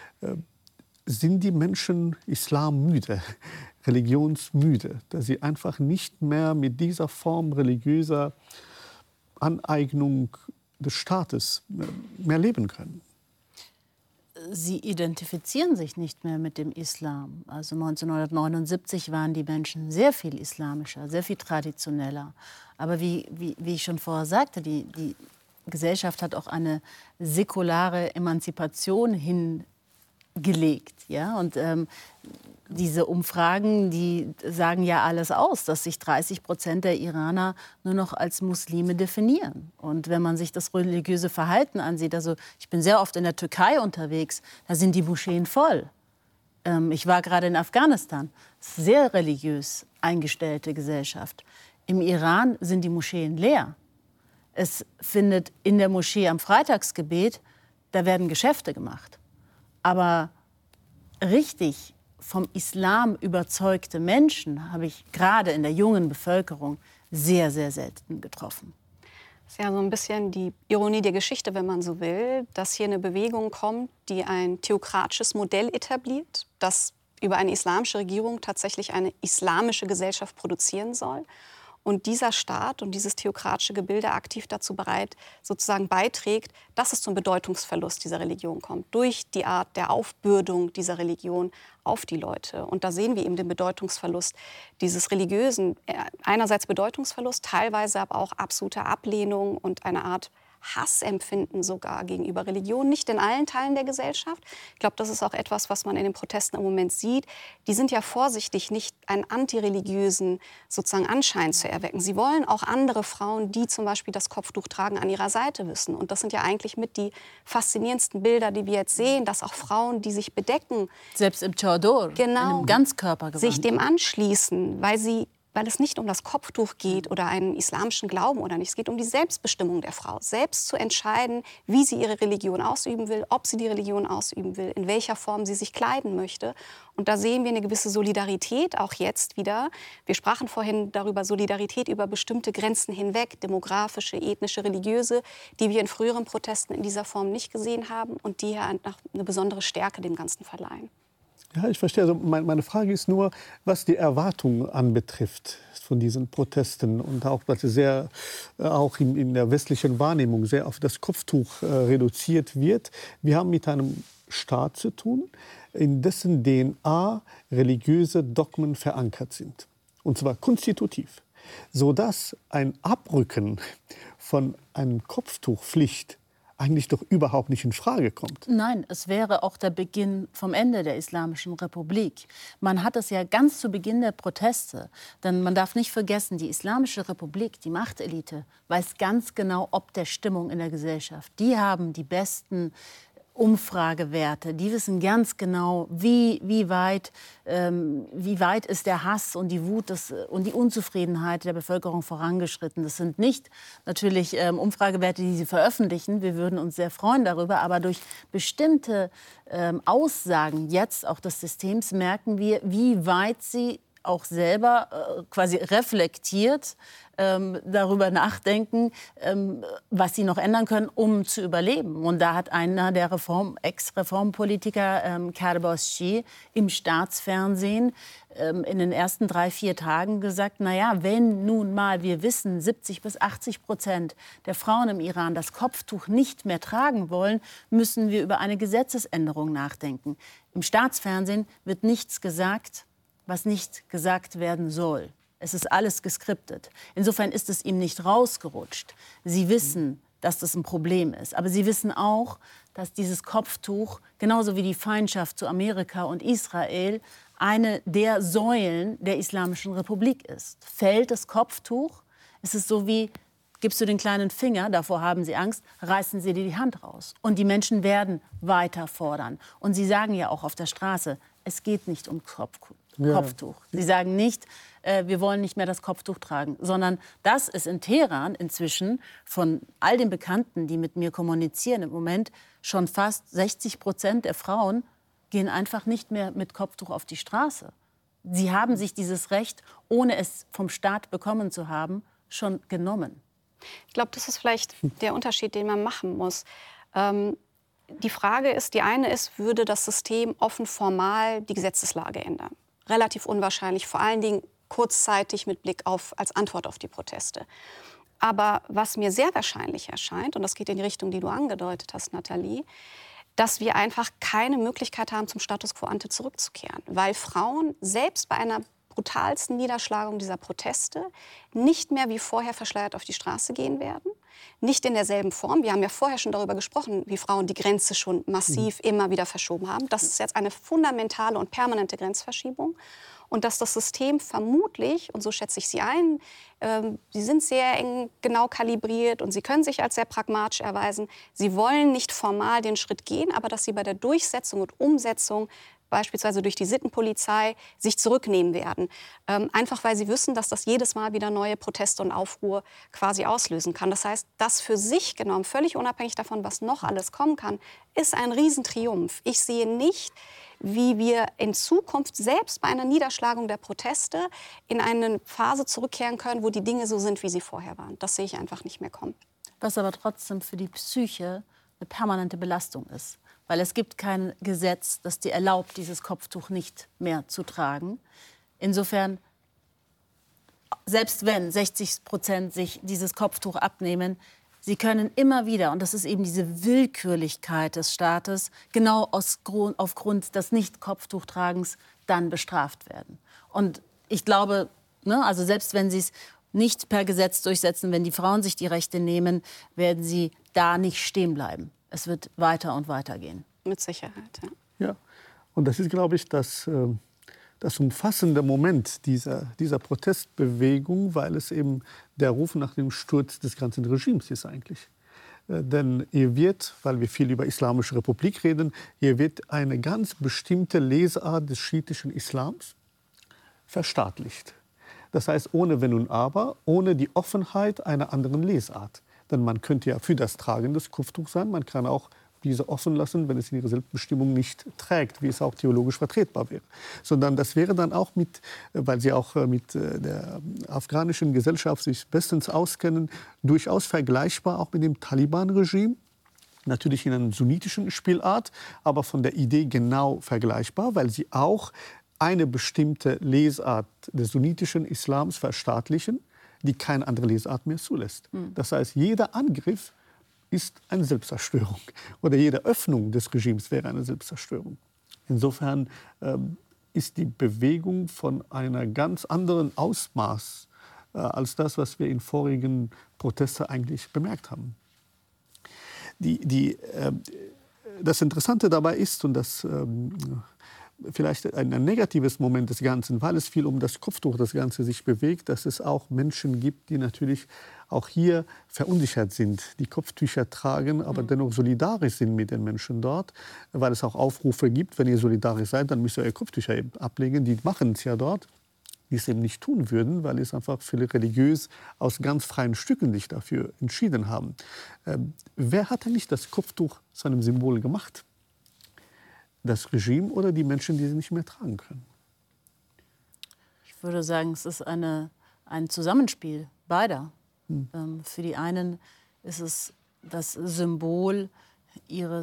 Sind die Menschen islammüde, religionsmüde, dass sie einfach nicht mehr mit dieser Form religiöser Aneignung des Staates mehr leben können? Sie identifizieren sich nicht mehr mit dem Islam. Also 1979 waren die Menschen sehr viel islamischer, sehr viel traditioneller. Aber wie ich schon vorher sagte, die Gesellschaft hat auch eine säkulare Emanzipation hingelegt. Ja? Und diese Umfragen, die sagen ja alles aus, dass sich 30% der Iraner nur noch als Muslime definieren. Und wenn man sich das religiöse Verhalten ansieht, also ich bin sehr oft in der Türkei unterwegs, da sind die Moscheen voll. Ich war gerade in Afghanistan, sehr religiös eingestellte Gesellschaft. Im Iran sind die Moscheen leer. Es findet in der Moschee am Freitagsgebet, da werden Geschäfte gemacht. Aber richtig vom Islam überzeugte Menschen habe ich gerade in der jungen Bevölkerung sehr, sehr selten getroffen. Das ist ja so ein bisschen die Ironie der Geschichte, wenn man so will, dass hier eine Bewegung kommt, die ein theokratisches Modell etabliert, das über eine islamische Regierung tatsächlich eine islamische Gesellschaft produzieren soll. Und dieser Staat und dieses theokratische Gebilde aktiv dazu sozusagen beiträgt, dass es zum Bedeutungsverlust dieser Religion kommt, durch die Art der Aufbürdung dieser Religion auf die Leute. Und da sehen wir eben den Bedeutungsverlust dieses religiösen, einerseits Bedeutungsverlust, teilweise aber auch absolute Ablehnung und eine Art Hassempfinden sogar gegenüber Religion, nicht in allen Teilen der Gesellschaft. Ich glaube, das ist auch etwas, was man in den Protesten im Moment sieht. Die sind ja vorsichtig, nicht einen antireligiösen sozusagen Anschein zu erwecken. Sie wollen auch andere Frauen, die zum Beispiel das Kopftuch tragen, an ihrer Seite wissen. Und das sind ja eigentlich mit die faszinierendsten Bilder, die wir jetzt sehen, dass auch Frauen, die sich bedecken, selbst im Chador, genau, in einem Ganzkörpergewand, sich dem anschließen, weil sie weil es nicht um das Kopftuch geht oder einen islamischen Glauben oder nicht. Es geht um die Selbstbestimmung der Frau, selbst zu entscheiden, wie sie ihre Religion ausüben will, ob sie die Religion ausüben will, in welcher Form sie sich kleiden möchte. Und da sehen wir eine gewisse Solidarität, auch jetzt wieder. Wir sprachen vorhin darüber, Solidarität über bestimmte Grenzen hinweg, demografische, ethnische, religiöse, die wir in früheren Protesten in dieser Form nicht gesehen haben und die hier eine besondere Stärke dem Ganzen verleihen. Ja, ich verstehe. Also meine Frage ist nur, was die Erwartung anbetrifft von diesen Protesten und auch, was sehr, auch in der westlichen Wahrnehmung sehr auf das Kopftuch reduziert wird. Wir haben mit einem Staat zu tun, in dessen DNA religiöse Dogmen verankert sind. Und zwar konstitutiv. Sodass ein Abrücken von einer Kopftuchpflicht eigentlich doch überhaupt nicht in Frage kommt. Nein, es wäre auch der Beginn vom Ende der Islamischen Republik. Man hat es ja ganz zu Beginn der Proteste, denn man darf nicht vergessen, die Islamische Republik, die Machtelite, weiß ganz genau, ob der Stimmung in der Gesellschaft. Die haben die besten Umfragewerte, die wissen ganz genau, wie weit ist der Hass und die Wut und die Unzufriedenheit der Bevölkerung vorangeschritten. Das sind nicht natürlich Umfragewerte, die sie veröffentlichen. Wir würden uns sehr freuen darüber. Aber durch bestimmte Aussagen jetzt auch des Systems merken wir, wie weit sie auch selber quasi reflektiert darüber nachdenken, was sie noch ändern können, um zu überleben. Und da hat einer der Ex-Reformpolitiker, Karbaschi, im Staatsfernsehen in den ersten 3-4 Tagen gesagt, naja, wenn nun mal wir wissen, 70-80% der Frauen im Iran das Kopftuch nicht mehr tragen wollen, müssen wir über eine Gesetzesänderung nachdenken. Im Staatsfernsehen wird nichts gesagt, was nicht gesagt werden soll. Es ist alles geskriptet. Insofern ist es ihm nicht rausgerutscht. Sie wissen, dass das ein Problem ist. Aber sie wissen auch, dass dieses Kopftuch, genauso wie die Feindschaft zu Amerika und Israel, eine der Säulen der Islamischen Republik ist. Fällt das Kopftuch, ist es so wie, gibst du den kleinen Finger, davor haben sie Angst, reißen sie dir die Hand raus. Und die Menschen werden weiter fordern. Und sie sagen ja auch auf der Straße, es geht nicht um Kopftuch. Sie sagen nicht, wir wollen nicht mehr das Kopftuch tragen, sondern das ist in Teheran inzwischen von all den Bekannten, die mit mir kommunizieren im Moment, schon fast 60% der Frauen gehen einfach nicht mehr mit Kopftuch auf die Straße. Sie haben sich dieses Recht, ohne es vom Staat bekommen zu haben, schon genommen. Ich glaube, das ist vielleicht der Unterschied, den man machen muss. Die Frage ist, die eine ist, würde das System offen formal die Gesetzeslage ändern? Relativ unwahrscheinlich, vor allen Dingen kurzzeitig mit Blick auf, als Antwort auf die Proteste. Aber was mir sehr wahrscheinlich erscheint, und das geht in die Richtung, die du angedeutet hast, Nathalie, dass wir einfach keine Möglichkeit haben, zum Status quo ante zurückzukehren. Weil Frauen selbst bei einer brutalsten Niederschlagung dieser Proteste nicht mehr wie vorher verschleiert auf die Straße gehen werden. Nicht in derselben Form. Wir haben ja vorher schon darüber gesprochen, wie Frauen die Grenze schon massiv immer wieder verschoben haben. Das ist jetzt eine fundamentale und permanente Grenzverschiebung. Und dass das System vermutlich, und so schätze ich Sie ein, Sie sind sehr eng genau kalibriert und Sie können sich als sehr pragmatisch erweisen. Sie wollen nicht formal den Schritt gehen, aber dass Sie bei der Durchsetzung und Umsetzung beispielsweise durch die Sittenpolizei, sich zurücknehmen werden. Einfach weil sie wissen, dass das jedes Mal wieder neue Proteste und Aufruhr quasi auslösen kann. Das heißt, das für sich genommen, völlig unabhängig davon, was noch alles kommen kann, ist ein Riesentriumph. Ich sehe nicht, wie wir in Zukunft selbst bei einer Niederschlagung der Proteste in eine Phase zurückkehren können, wo die Dinge so sind, wie sie vorher waren. Das sehe ich einfach nicht mehr kommen. Was aber trotzdem für die Psyche eine permanente Belastung ist. Weil es gibt kein Gesetz, das dir erlaubt, dieses Kopftuch nicht mehr zu tragen. Insofern, selbst wenn 60% sich dieses Kopftuch abnehmen, sie können immer wieder, und das ist eben diese Willkürlichkeit des Staates, genau aufgrund des Nicht-Kopftuchtragens dann bestraft werden. Und ich glaube, also selbst wenn sie es nicht per Gesetz durchsetzen, wenn die Frauen sich die Rechte nehmen, werden sie da nicht stehen bleiben. Es wird weiter und weiter gehen. Mit Sicherheit, ja. Ja, und das ist, glaube ich, das umfassende Moment dieser Protestbewegung, weil es eben der Ruf nach dem Sturz des ganzen Regimes ist eigentlich. Denn hier wird, weil wir viel über Islamische Republik reden, hier wird eine ganz bestimmte Lesart des schiitischen Islams verstaatlicht. Das heißt, ohne Wenn und Aber, ohne die Offenheit einer anderen Lesart. Denn man könnte ja für das Tragen des Kopftuchs sein, man kann auch diese offen lassen, wenn es in ihrer Selbstbestimmung nicht trägt, wie es auch theologisch vertretbar wäre. Sondern das wäre dann auch weil sie auch mit der afghanischen Gesellschaft sich bestens auskennen, durchaus vergleichbar auch mit dem Taliban-Regime. Natürlich in einer sunnitischen Spielart, aber von der Idee genau vergleichbar, weil sie auch eine bestimmte Lesart des sunnitischen Islams verstaatlichen, die keine andere Lesart mehr zulässt. Das heißt, jeder Angriff ist eine Selbstzerstörung. Oder jede Öffnung des Regimes wäre eine Selbstzerstörung. Insofern ist die Bewegung von einer ganz anderen Ausmaß als das, was wir in vorigen Protesten eigentlich bemerkt haben. Das Interessante dabei ist, und das vielleicht ein negatives Moment des Ganzen, weil es viel um das Kopftuch das Ganze sich bewegt, dass es auch Menschen gibt, die natürlich auch hier verunsichert sind, die Kopftücher tragen, aber dennoch solidarisch sind mit den Menschen dort, weil es auch Aufrufe gibt, wenn ihr solidarisch seid, dann müsst ihr eure Kopftücher eben ablegen. Die machen es ja dort, die es eben nicht tun würden, weil es einfach viele religiös aus ganz freien Stücken sich dafür entschieden haben. Wer hat eigentlich das Kopftuch zu einem Symbol gemacht? Das Regime oder die Menschen, die sie nicht mehr tragen können? Ich würde sagen, es ist ein Zusammenspiel beider. Für die einen ist es das Symbol ihrer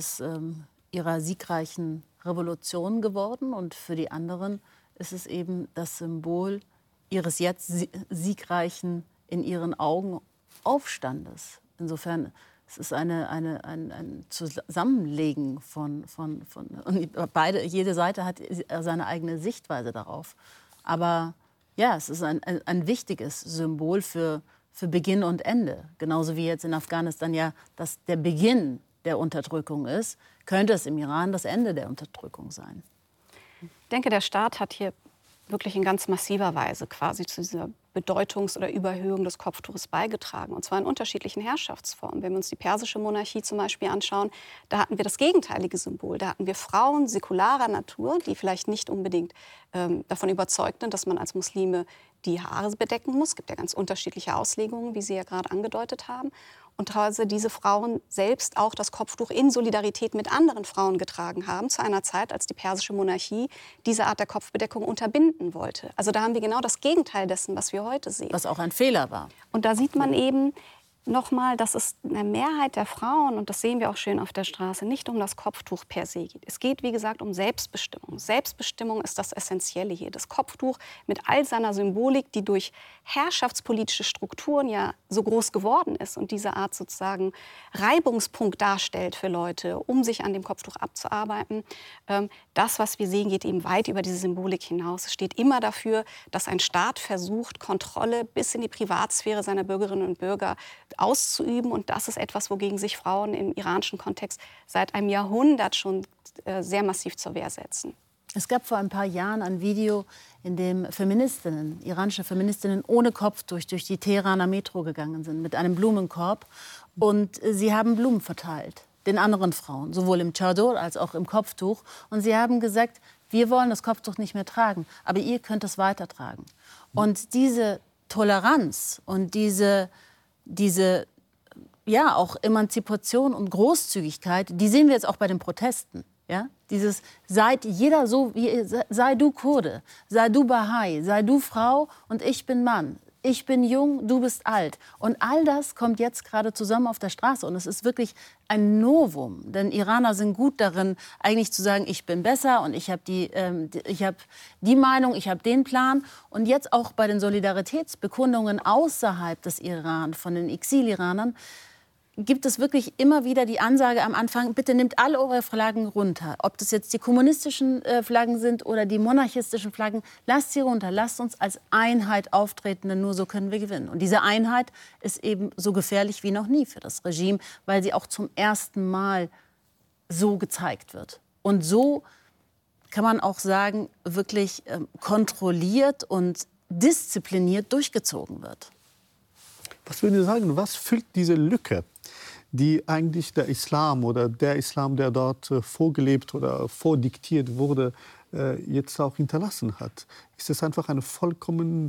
siegreichen Revolution geworden und für die anderen ist es eben das Symbol ihres jetzt siegreichen, in ihren Augen Aufstandes. Insofern es ist ein Zusammenlegen von und jede Seite hat seine eigene Sichtweise darauf. Aber ja, es ist ein wichtiges Symbol für Beginn und Ende. Genauso wie jetzt in Afghanistan ja der Beginn der Unterdrückung ist, könnte es im Iran das Ende der Unterdrückung sein. Ich denke, der Staat hat hier wirklich in ganz massiver Weise quasi zu dieser Bedeutungs- oder Überhöhung des Kopftuches beigetragen. Und zwar in unterschiedlichen Herrschaftsformen. Wenn wir uns die persische Monarchie zum Beispiel anschauen, da hatten wir das gegenteilige Symbol. Da hatten wir Frauen säkularer Natur, die vielleicht nicht unbedingt davon überzeugt sind, dass man als Muslime die Haare bedecken muss. Es gibt ja ganz unterschiedliche Auslegungen, wie Sie ja gerade angedeutet haben. Und teilweise diese Frauen selbst auch das Kopftuch in Solidarität mit anderen Frauen getragen haben, zu einer Zeit, als die persische Monarchie diese Art der Kopfbedeckung unterbinden wollte. Also da haben wir genau das Gegenteil dessen, was wir heute sehen. Was auch ein Fehler war. Und da sieht man eben nochmal, dass es eine Mehrheit der Frauen, und das sehen wir auch schön auf der Straße, nicht um das Kopftuch per se geht. Es geht, wie gesagt, um Selbstbestimmung. Selbstbestimmung ist das Essentielle hier. Das Kopftuch mit all seiner Symbolik, die durch herrschaftspolitische Strukturen ja so groß geworden ist und diese Art sozusagen Reibungspunkt darstellt für Leute, um sich an dem Kopftuch abzuarbeiten. Das, was wir sehen, geht eben weit über diese Symbolik hinaus. Es steht immer dafür, dass ein Staat versucht, Kontrolle bis in die Privatsphäre seiner Bürgerinnen und Bürger auszuüben. Und das ist etwas, wogegen sich Frauen im iranischen Kontext seit einem Jahrhundert schon sehr massiv zur Wehr setzen. Es gab vor ein paar Jahren ein Video, in dem iranische Feministinnen ohne Kopftuch durch die Teheraner Metro gegangen sind, mit einem Blumenkorb. Und sie haben Blumen verteilt, den anderen Frauen, sowohl im Chador als auch im Kopftuch. Und sie haben gesagt, wir wollen das Kopftuch nicht mehr tragen, aber ihr könnt es weitertragen. Und diese Toleranz und diese ja, auch Emanzipation und Großzügigkeit, die sehen wir jetzt auch bei den Protesten. Ja? Dieses, seid jeder so, sei du Kurde, sei du Bahai, sei du Frau und ich bin Mann. Ich bin jung, du bist alt. Und all das kommt jetzt gerade zusammen auf der Straße. Und es ist wirklich ein Novum. Denn Iraner sind gut darin, eigentlich zu sagen, ich bin besser und ich habe die Meinung, ich habe den Plan. Und jetzt auch bei den Solidaritätsbekundungen außerhalb des Iran, von den Exil-Iranern, gibt es wirklich immer wieder die Ansage am Anfang, bitte nehmt alle eure Flaggen runter. Ob das jetzt die kommunistischen Flaggen sind oder die monarchistischen Flaggen, lasst sie runter, lasst uns als Einheit auftreten, denn nur so können wir gewinnen. Und diese Einheit ist eben so gefährlich wie noch nie für das Regime, weil sie auch zum ersten Mal so gezeigt wird. Und so kann man auch sagen, wirklich kontrolliert und diszipliniert durchgezogen wird. Was würden Sie sagen, was füllt diese Lücke, die eigentlich der Islam oder der Islam, der dort vorgelebt oder vordiktiert wurde, jetzt auch hinterlassen hat? Ist es einfach eine vollkommen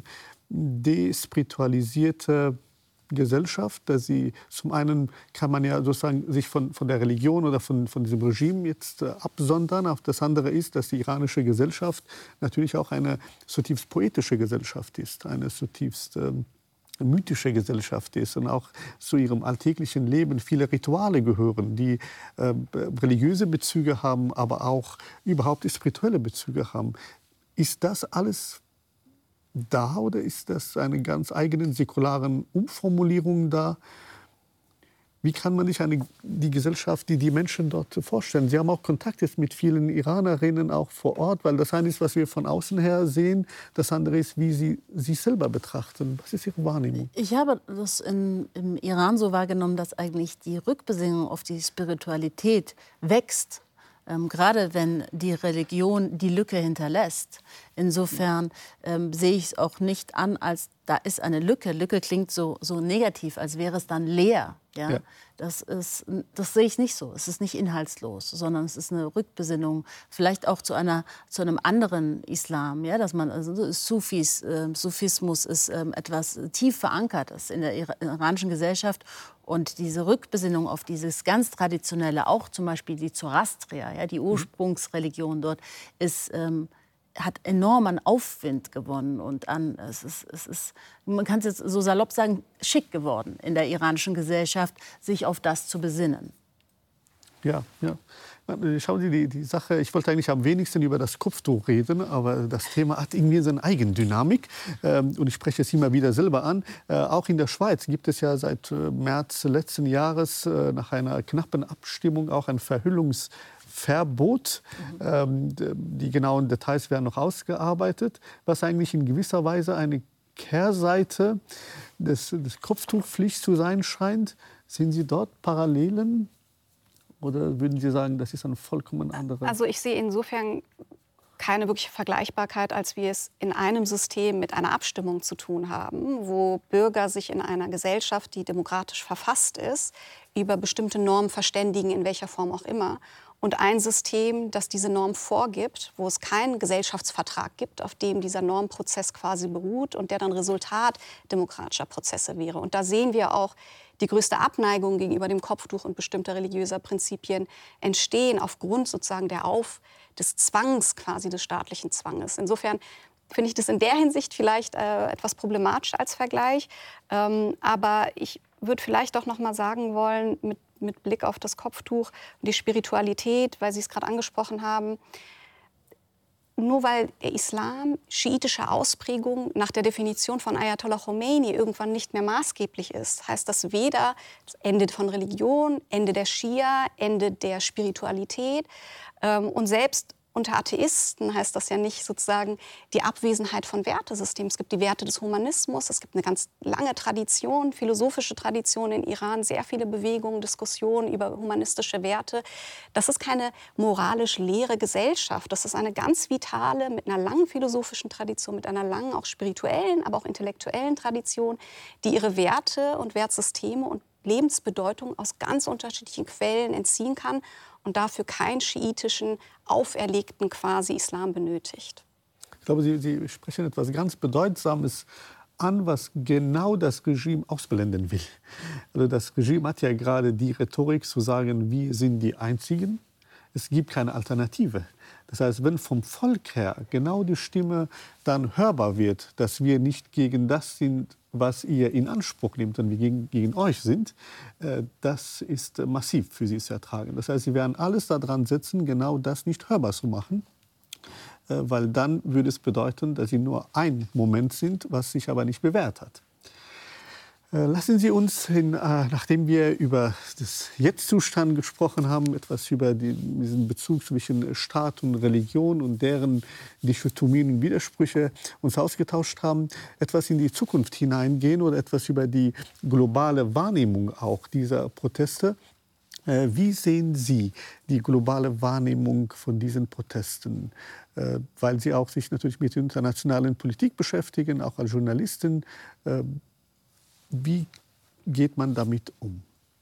despiritualisierte Gesellschaft, dass sie zum einen kann man ja sozusagen sich von der Religion oder von diesem Regime jetzt absondern. Auf das andere ist, dass die iranische Gesellschaft natürlich auch eine zutiefst poetische Gesellschaft ist, eine zutiefst mythische Gesellschaft ist und auch zu ihrem alltäglichen Leben viele Rituale gehören, die religiöse Bezüge haben, aber auch überhaupt spirituelle Bezüge haben. Ist das alles da oder ist das eine ganz eigene säkularen Umformulierung da? Wie kann man sich die Gesellschaft, die Menschen dort vorstellen? Sie haben auch Kontakt jetzt mit vielen Iranerinnen auch vor Ort, weil das eine ist, was wir von außen her sehen, das andere ist, wie sie sich selber betrachten. Was ist Ihre Wahrnehmung? Ich habe das im Iran so wahrgenommen, dass eigentlich die Rückbesinnung auf die Spiritualität wächst. Gerade wenn die Religion die Lücke hinterlässt. Insofern sehe ich es auch nicht an, als da ist eine Lücke. Lücke klingt so negativ, als wäre es dann leer. Ja? Ja. Das sehe ich nicht so. Es ist nicht inhaltslos, sondern es ist eine Rückbesinnung, vielleicht auch zu einem anderen Islam. Ja? Dass man, also Sufismus ist etwas tief Verankertes in der iranischen Gesellschaft. Und diese Rückbesinnung auf dieses ganz Traditionelle, auch zum Beispiel die Zoroastrier, ja, die Ursprungsreligion dort, hat enormen Aufwind gewonnen. Und es ist, man kann es jetzt so salopp sagen, schick geworden in der iranischen Gesellschaft, sich auf das zu besinnen. Ja, ja. Schauen Sie, die Sache, ich wollte eigentlich am wenigsten über das Kopftuch reden, aber das Thema hat irgendwie so eine Eigendynamik. Und ich spreche es immer wieder selber an. Auch in der Schweiz gibt es ja seit März letzten Jahres nach einer knappen Abstimmung auch ein Verhüllungsverbot. Die genauen Details werden noch ausgearbeitet, was eigentlich in gewisser Weise eine Kehrseite des Kopftuchpflicht zu sein scheint. Sehen Sie dort Parallelen? Oder würden Sie sagen, das ist ein vollkommen anderer? Also ich sehe insofern keine wirkliche Vergleichbarkeit, als wir es in einem System mit einer Abstimmung zu tun haben, wo Bürger sich in einer Gesellschaft, die demokratisch verfasst ist, über bestimmte Normen verständigen, in welcher Form auch immer. Und ein System, das diese Norm vorgibt, wo es keinen Gesellschaftsvertrag gibt, auf dem dieser Normprozess quasi beruht und der dann Resultat demokratischer Prozesse wäre. Und da sehen wir auch die größte Abneigung gegenüber dem Kopftuch und bestimmter religiöser Prinzipien entstehen aufgrund sozusagen des Zwangs, quasi des staatlichen Zwanges. Insofern finde ich das in der Hinsicht vielleicht etwas problematisch als Vergleich. Aber ich würde vielleicht auch noch mal sagen wollen, mit Blick auf das Kopftuch und die Spiritualität, weil Sie es gerade angesprochen haben, nur weil der Islam schiitische Ausprägung nach der Definition von Ayatollah Khomeini irgendwann nicht mehr maßgeblich ist, heißt das weder das Ende von Religion, Ende der Schia, Ende der Spiritualität und selbst unter Atheisten heißt das ja nicht sozusagen die Abwesenheit von Wertesystemen. Es gibt die Werte des Humanismus, es gibt eine ganz lange Tradition, philosophische Tradition in Iran, sehr viele Bewegungen, Diskussionen über humanistische Werte. Das ist keine moralisch leere Gesellschaft, das ist eine ganz vitale, mit einer langen philosophischen Tradition, mit einer langen auch spirituellen, aber auch intellektuellen Tradition, die ihre Werte und Wertsysteme und Lebensbedeutung aus ganz unterschiedlichen Quellen entziehen kann und dafür keinen schiitischen, auferlegten quasi Islam benötigt. Ich glaube, Sie sprechen etwas ganz Bedeutsames an, was genau das Regime ausblenden will. Also das Regime hat ja gerade die Rhetorik zu sagen, wir sind die Einzigen. Es gibt keine Alternative. Das heißt, wenn vom Volk her genau die Stimme dann hörbar wird, dass wir nicht gegen das sind, was ihr in Anspruch nehmt und wir gegen euch sind, das ist massiv für sie zu ertragen. Das heißt, sie werden alles daran setzen, genau das nicht hörbar zu machen, weil dann würde es bedeuten, dass sie nur ein Moment sind, was sich aber nicht bewährt hat. Lassen Sie uns, nachdem wir über das Jetzt-Zustand gesprochen haben, etwas über diesen Bezug zwischen Staat und Religion und deren Dichotomien und Widersprüche uns ausgetauscht haben, etwas in die Zukunft hineingehen oder etwas über die globale Wahrnehmung auch dieser Proteste. Wie sehen Sie die globale Wahrnehmung von diesen Protesten? Weil Sie auch sich natürlich mit der internationalen Politik beschäftigen, auch als Journalisten. Wie geht man damit um?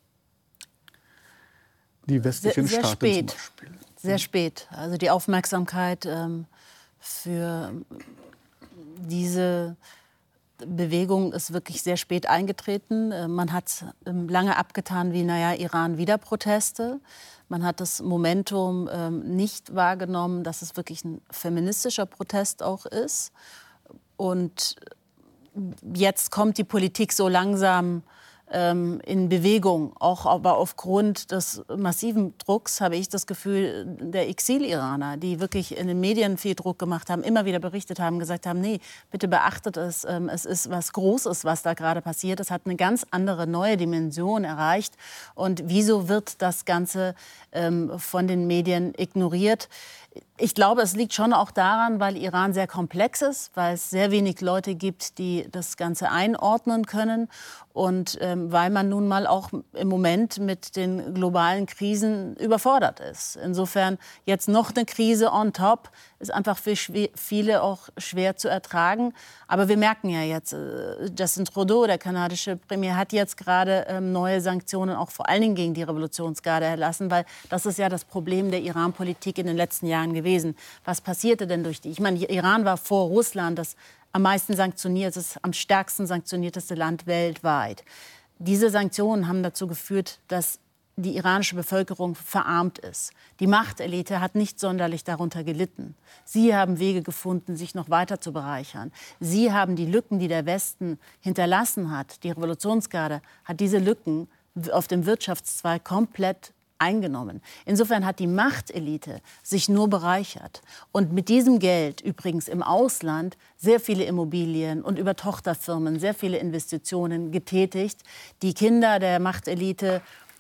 Die westlichen sehr Staaten spät. zum Beispiel. Sehr spät. Also die Aufmerksamkeit für diese Bewegung ist wirklich sehr spät eingetreten. Man hat lange abgetan wie, Iran wieder Proteste. Man hat das Momentum nicht wahrgenommen, dass es wirklich ein feministischer Protest auch ist. Und jetzt kommt die Politik so langsam in Bewegung. Auch aber aufgrund des massiven Drucks habe ich das Gefühl, der Exil-Iraner, die wirklich in den Medien viel Druck gemacht haben, immer wieder berichtet haben, gesagt haben, nee, bitte beachtet es, es ist was Großes, was da gerade passiert. Es hat eine ganz andere, neue Dimension erreicht. Und wieso wird das Ganze von den Medien ignoriert? Ich glaube, es liegt schon auch daran, weil Iran sehr komplex ist, weil es sehr wenig Leute gibt, die das Ganze einordnen können und weil man nun mal auch im Moment mit den globalen Krisen überfordert ist. Insofern jetzt noch eine Krise on top ist einfach für viele auch schwer zu ertragen. Aber wir merken ja jetzt, Justin Trudeau, der kanadische Premier, hat jetzt gerade neue Sanktionen auch vor allen Dingen gegen die Revolutionsgarde erlassen, weil das ist ja das Problem der Iran-Politik in den letzten Jahren gewesen. Was passierte denn durch die? Ich meine, Iran war vor Russland das am meisten sanktioniert, das am stärksten sanktionierteste Land weltweit. Diese Sanktionen haben dazu geführt, dass die iranische Bevölkerung verarmt ist. Die Machtelite hat nicht sonderlich darunter gelitten. Sie haben Wege gefunden, sich noch weiter zu bereichern. Sie haben die Lücken, die der Westen hinterlassen hat, die Revolutionsgarde hat diese Lücken auf dem Wirtschaftszweig komplett eingenommen. Insofern hat die Machtelite sich nur bereichert und mit diesem Geld übrigens im Ausland sehr viele Immobilien und über Tochterfirmen sehr viele Investitionen getätigt. Die Kinder der Machtelite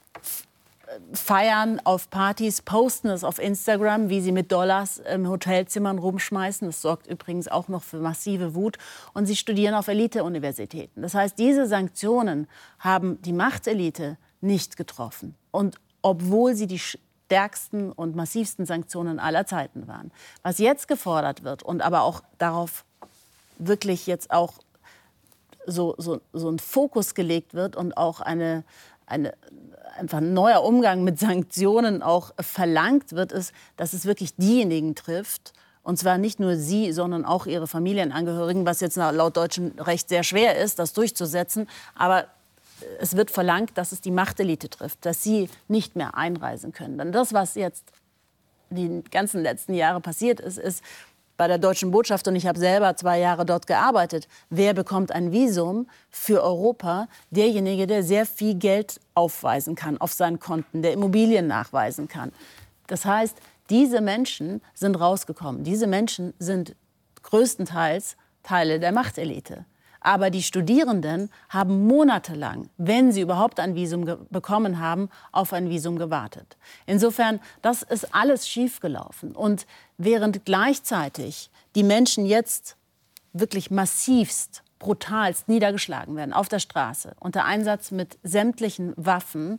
feiern auf Partys, posten es auf Instagram, wie sie mit Dollars in Hotelzimmern rumschmeißen. Das sorgt übrigens auch noch für massive Wut. Und sie studieren auf Elite-Universitäten. Das heißt, diese Sanktionen haben die Machtelite nicht getroffen. Und obwohl sie die stärksten und massivsten Sanktionen aller Zeiten waren. Was jetzt gefordert wird und aber auch darauf wirklich jetzt auch so ein Fokus gelegt wird und auch einfach ein neuer Umgang mit Sanktionen auch verlangt wird, ist, dass es wirklich diejenigen trifft, und zwar nicht nur sie, sondern auch ihre Familienangehörigen, was jetzt laut deutschem Recht sehr schwer ist, das durchzusetzen, aber es wird verlangt, dass es die Machtelite trifft, dass sie nicht mehr einreisen können. Denn das, was jetzt die ganzen letzten Jahre passiert ist, ist bei der deutschen Botschaft, und ich habe selber 2 Jahre dort gearbeitet, wer bekommt ein Visum für Europa? Derjenige, der sehr viel Geld aufweisen kann auf seinen Konten, der Immobilien nachweisen kann. Das heißt, diese Menschen sind rausgekommen. Diese Menschen sind größtenteils Teile der Machtelite. Aber die Studierenden haben monatelang, wenn sie überhaupt ein Visum bekommen haben, auf ein Visum gewartet. Insofern, das ist alles schiefgelaufen. Und während gleichzeitig die Menschen jetzt wirklich massivst, brutalst niedergeschlagen werden auf der Straße, unter Einsatz mit sämtlichen Waffen,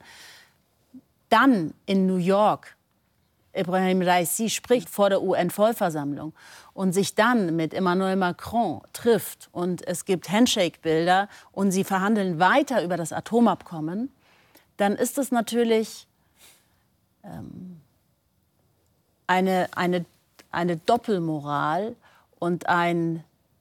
dann in New York Ebrahim Raisi spricht vor der UN-Vollversammlung und sich dann mit Emmanuel Macron trifft und es gibt Handshake-Bilder und sie verhandeln weiter über das Atomabkommen, dann ist es natürlich eine Doppelmoral und ein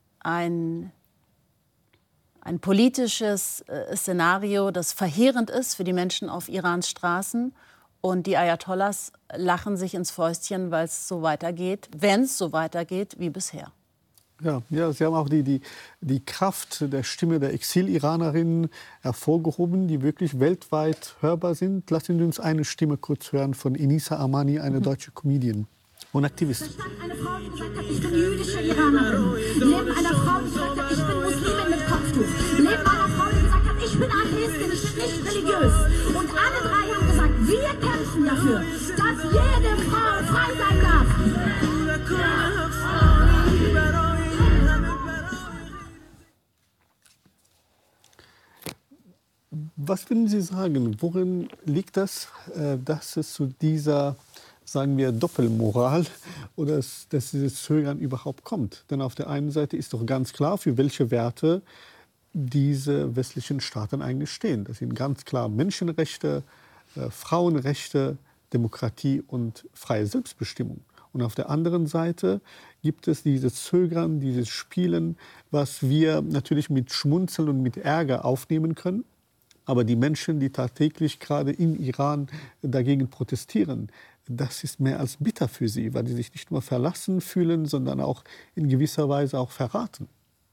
politisches Szenario, das verheerend ist für die Menschen auf Irans Straßen. Und die Ayatollahs lachen sich ins Fäustchen, weil es so weitergeht, wenn es so weitergeht wie bisher. Ja, Sie haben auch die Kraft der Stimme der Exil-Iranerinnen hervorgehoben, die wirklich weltweit hörbar sind. Lassen Sie uns eine Stimme kurz hören von Enisa Amani, eine deutsche Comedian und Aktivistin. Da stand eine Frau, die gesagt hat, ich bin jüdische Iranerin. Neben einer Frau, die gesagt hat, ich bin Muslimin mit Kopftuch. Neben einer Frau, die gesagt hat, ich bin Atheistin, ich bin nicht religiös. Und alle 3 haben gesagt, wir kämpfen dafür, dass jede Frau frei sein darf. Was würden Sie sagen, worin liegt das, dass es zu dieser, sagen wir, Doppelmoral oder dass dieses Zögern überhaupt kommt? Denn auf der einen Seite ist doch ganz klar, für welche Werte diese westlichen Staaten eigentlich stehen. Das sind ganz klar Menschenrechte, Frauenrechte, Demokratie und freie Selbstbestimmung. Und auf der anderen Seite gibt es dieses Zögern, dieses Spielen, was wir natürlich mit Schmunzeln und mit Ärger aufnehmen können. Aber die Menschen, die tagtäglich gerade im Iran dagegen protestieren, das ist mehr als bitter für sie, weil sie sich nicht nur verlassen fühlen, sondern auch in gewisser Weise auch verraten.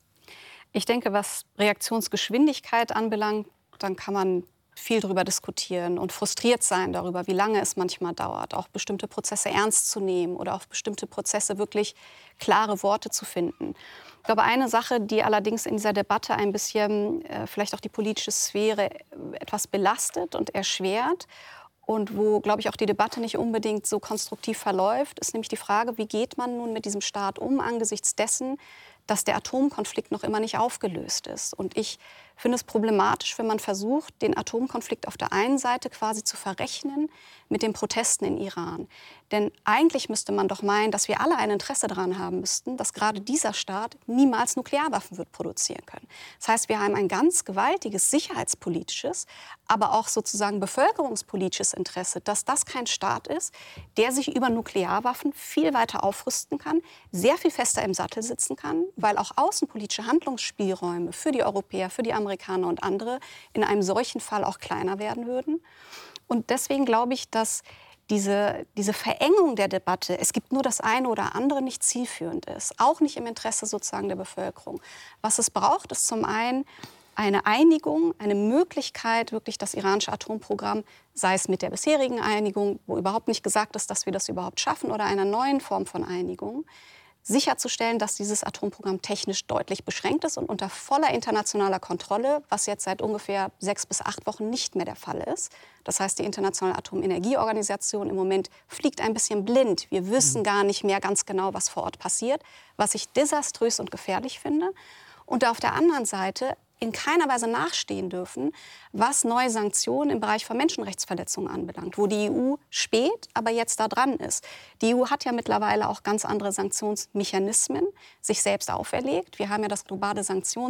Ich denke, was Reaktionsgeschwindigkeit anbelangt, dann kann man viel darüber diskutieren und frustriert sein darüber, wie lange es manchmal dauert, auch bestimmte Prozesse ernst zu nehmen oder auf bestimmte Prozesse wirklich klare Worte zu finden. Ich glaube, eine Sache, die allerdings in dieser Debatte ein bisschen vielleicht auch die politische Sphäre etwas belastet und erschwert und wo, glaube ich, auch die Debatte nicht unbedingt so konstruktiv verläuft, ist nämlich die Frage, wie geht man nun mit diesem Staat um angesichts dessen, dass der Atomkonflikt noch immer nicht aufgelöst ist. Und ich finde es problematisch, wenn man versucht, den Atomkonflikt auf der einen Seite quasi zu verrechnen mit den Protesten in Iran. Denn eigentlich müsste man doch meinen, dass wir alle ein Interesse daran haben müssten, dass gerade dieser Staat niemals Nuklearwaffen wird produzieren können. Das heißt, wir haben ein ganz gewaltiges sicherheitspolitisches, aber auch sozusagen bevölkerungspolitisches Interesse, dass das kein Staat ist, der sich über Nuklearwaffen viel weiter aufrüsten kann, sehr viel fester im Sattel sitzen kann, weil auch außenpolitische Handlungsspielräume für die Europäer, für die Amerikaner und andere in einem solchen Fall auch kleiner werden würden. Und deswegen glaube ich, dass diese Verengung der Debatte, es gibt nur das eine oder andere, nicht zielführend ist. Auch nicht im Interesse sozusagen der Bevölkerung. Was es braucht, ist zum einen eine Einigung, eine Möglichkeit, wirklich das iranische Atomprogramm, sei es mit der bisherigen Einigung, wo überhaupt nicht gesagt ist, dass wir das überhaupt schaffen, oder einer neuen Form von Einigung, sicherzustellen, dass dieses Atomprogramm technisch deutlich beschränkt ist und unter voller internationaler Kontrolle, was jetzt seit ungefähr 6 bis 8 Wochen nicht mehr der Fall ist. Das heißt, die Internationale Atomenergieorganisation im Moment fliegt ein bisschen blind. Wir wissen gar nicht mehr ganz genau, was vor Ort passiert, was ich desaströs und gefährlich finde. Und auf der anderen Seite in keiner Weise nachstehen dürfen, was neue Sanktionen im Bereich von Menschenrechtsverletzungen anbelangt, wo die EU spät, aber jetzt da dran ist. Die EU hat ja mittlerweile auch ganz andere Sanktionsmechanismen sich selbst auferlegt. Wir haben ja das globale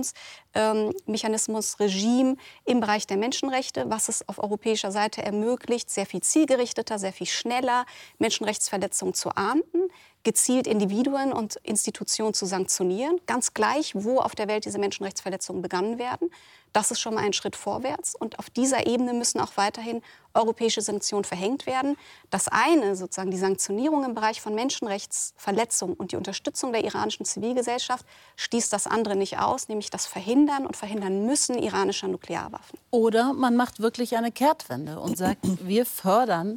Sanktionsmechanismus-Regime im Bereich der Menschenrechte, was es auf europäischer Seite ermöglicht, sehr viel zielgerichteter, sehr viel schneller Menschenrechtsverletzungen zu ahnden, gezielt Individuen und Institutionen zu sanktionieren, ganz gleich, wo auf der Welt diese Menschenrechtsverletzungen begangen werden. Das ist schon mal ein Schritt vorwärts. Und auf dieser Ebene müssen auch weiterhin europäische Sanktionen verhängt werden. Das eine, sozusagen die Sanktionierung im Bereich von Menschenrechtsverletzungen und die Unterstützung der iranischen Zivilgesellschaft, schließt das andere nicht aus, nämlich das Verhindern und verhindern müssen iranischer Nuklearwaffen. Oder man macht wirklich eine Kehrtwende und sagt, wir fördern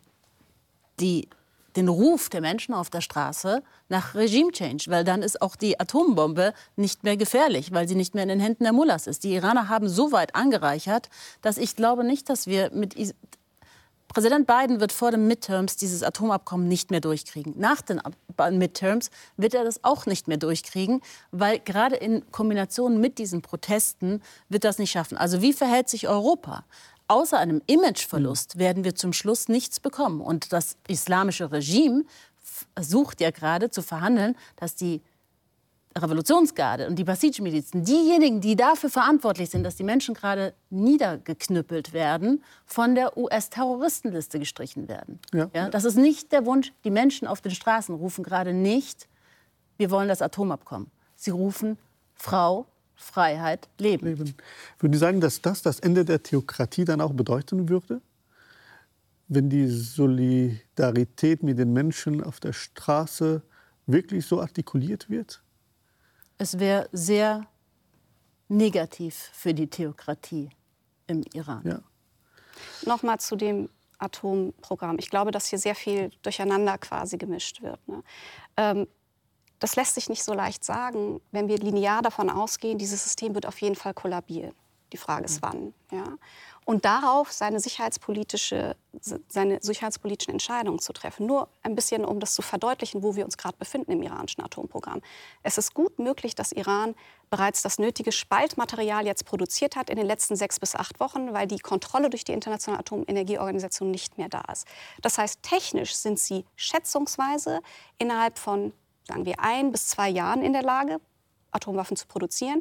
den Ruf der Menschen auf der Straße nach Regime-Change, weil dann ist auch die Atombombe nicht mehr gefährlich, weil sie nicht mehr in den Händen der Mullahs ist. Die Iraner haben so weit angereichert, dass ich glaube nicht, dass wir Präsident Biden wird vor den Midterms dieses Atomabkommen nicht mehr durchkriegen. Nach den Midterms wird er das auch nicht mehr durchkriegen, weil gerade in Kombination mit diesen Protesten wird das nicht schaffen. Also wie verhält sich Europa? Außer einem Imageverlust werden wir zum Schluss nichts bekommen. Und das islamische Regime versucht ja gerade zu verhandeln, dass die Revolutionsgarde und die Basij-Milizen, diejenigen, die dafür verantwortlich sind, dass die Menschen gerade niedergeknüppelt werden, von der US-Terroristenliste gestrichen werden. Ja, das ist nicht der Wunsch. Die Menschen auf den Straßen rufen gerade nicht, wir wollen das Atomabkommen. Sie rufen Frau, Freiheit, Leben. Würden Sie sagen, dass das Ende der Theokratie dann auch bedeuten würde? Wenn die Solidarität mit den Menschen auf der Straße wirklich so artikuliert wird? Es wäre sehr negativ für die Theokratie im Iran. Ja. Nochmal zu dem Atomprogramm. Ich glaube, dass hier sehr viel durcheinander quasi gemischt wird. Ne? Das lässt sich nicht so leicht sagen, wenn wir linear davon ausgehen, dieses System wird auf jeden Fall kollabieren. Die Frage ist, wann. Ja? Und darauf seine sicherheitspolitischen Entscheidungen zu treffen. Nur ein bisschen, um das zu verdeutlichen, wo wir uns gerade befinden im iranischen Atomprogramm. Es ist gut möglich, dass Iran bereits das nötige Spaltmaterial jetzt produziert hat in den letzten 6 bis 8 Wochen, weil die Kontrolle durch die Internationale Atomenergieorganisation nicht mehr da ist. Das heißt, technisch sind sie schätzungsweise innerhalb von, sagen wir, 1 bis 2 Jahren in der Lage, Atomwaffen zu produzieren.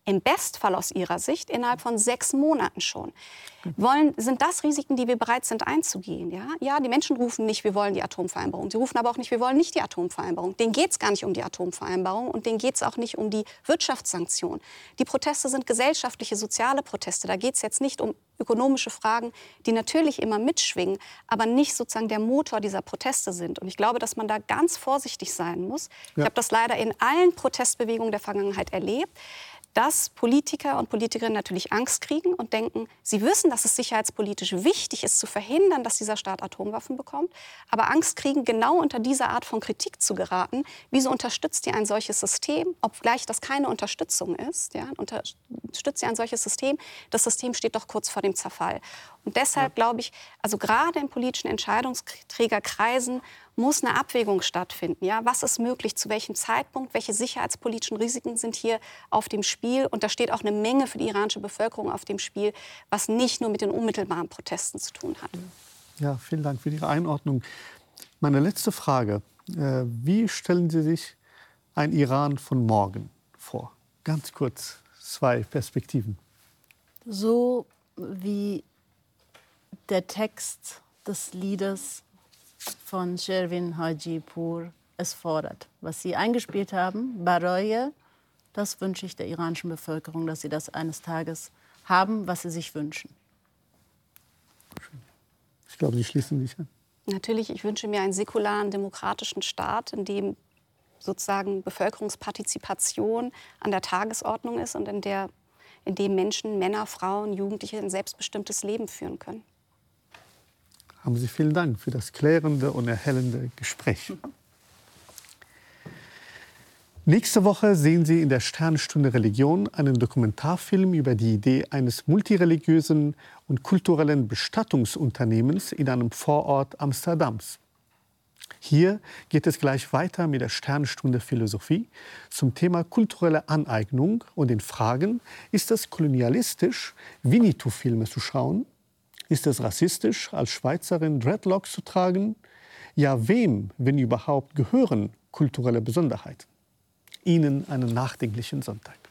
Im Bestfall aus ihrer Sicht innerhalb von 6 Monaten schon. Sind das Risiken, die wir bereit sind einzugehen? Ja, die Menschen rufen nicht, wir wollen die Atomvereinbarung. Sie rufen aber auch nicht, wir wollen nicht die Atomvereinbarung. Denen geht es gar nicht um die Atomvereinbarung und denen geht es auch nicht um die Wirtschaftssanktionen. Die Proteste sind gesellschaftliche, soziale Proteste. Da geht es jetzt nicht um ökonomische Fragen, die natürlich immer mitschwingen, aber nicht sozusagen der Motor dieser Proteste sind. Und ich glaube, dass man da ganz vorsichtig sein muss. Ich habe das leider in allen Protestbewegungen der Vergangenheit erlebt, dass Politiker und Politikerinnen natürlich Angst kriegen und denken, sie wissen, dass es sicherheitspolitisch wichtig ist, zu verhindern, dass dieser Staat Atomwaffen bekommt, aber Angst kriegen, genau unter dieser Art von Kritik zu geraten. Wieso unterstützt ihr ein solches System, obgleich das keine Unterstützung ist? Ja? Unterstützt ihr ein solches System? Das System steht doch kurz vor dem Zerfall. Und deshalb glaube ich, also gerade in politischen Entscheidungsträgerkreisen muss eine Abwägung stattfinden. Ja? Was ist möglich, zu welchem Zeitpunkt, welche sicherheitspolitischen Risiken sind hier auf dem Spiel? Und da steht auch eine Menge für die iranische Bevölkerung auf dem Spiel, was nicht nur mit den unmittelbaren Protesten zu tun hat. Ja, vielen Dank für Ihre Einordnung. Meine letzte Frage. Wie stellen Sie sich ein Iran von morgen vor? Ganz kurz, 2 Perspektiven. So wie der Text des Liedes von Shervin Hajipur es fordert. Was Sie eingespielt haben, Baroye, das wünsche ich der iranischen Bevölkerung, dass sie das eines Tages haben, was sie sich wünschen. Ich glaube, Sie schließen sich an. Natürlich, ich wünsche mir einen säkularen, demokratischen Staat, in dem sozusagen Bevölkerungspartizipation an der Tagesordnung ist und in dem Menschen, Männer, Frauen, Jugendliche ein selbstbestimmtes Leben führen können. Haben Sie vielen Dank für das klärende und erhellende Gespräch. Nächste Woche sehen Sie in der Sternstunde Religion einen Dokumentarfilm über die Idee eines multireligiösen und kulturellen Bestattungsunternehmens in einem Vorort Amsterdams. Hier geht es gleich weiter mit der Sternstunde Philosophie zum Thema kulturelle Aneignung und den Fragen: Ist es kolonialistisch, Winnetou-Filme zu schauen? Ist es rassistisch, als Schweizerin Dreadlocks zu tragen? Ja, wem, wenn überhaupt, gehören kulturelle Besonderheiten? Ihnen einen nachdenklichen Sonntag.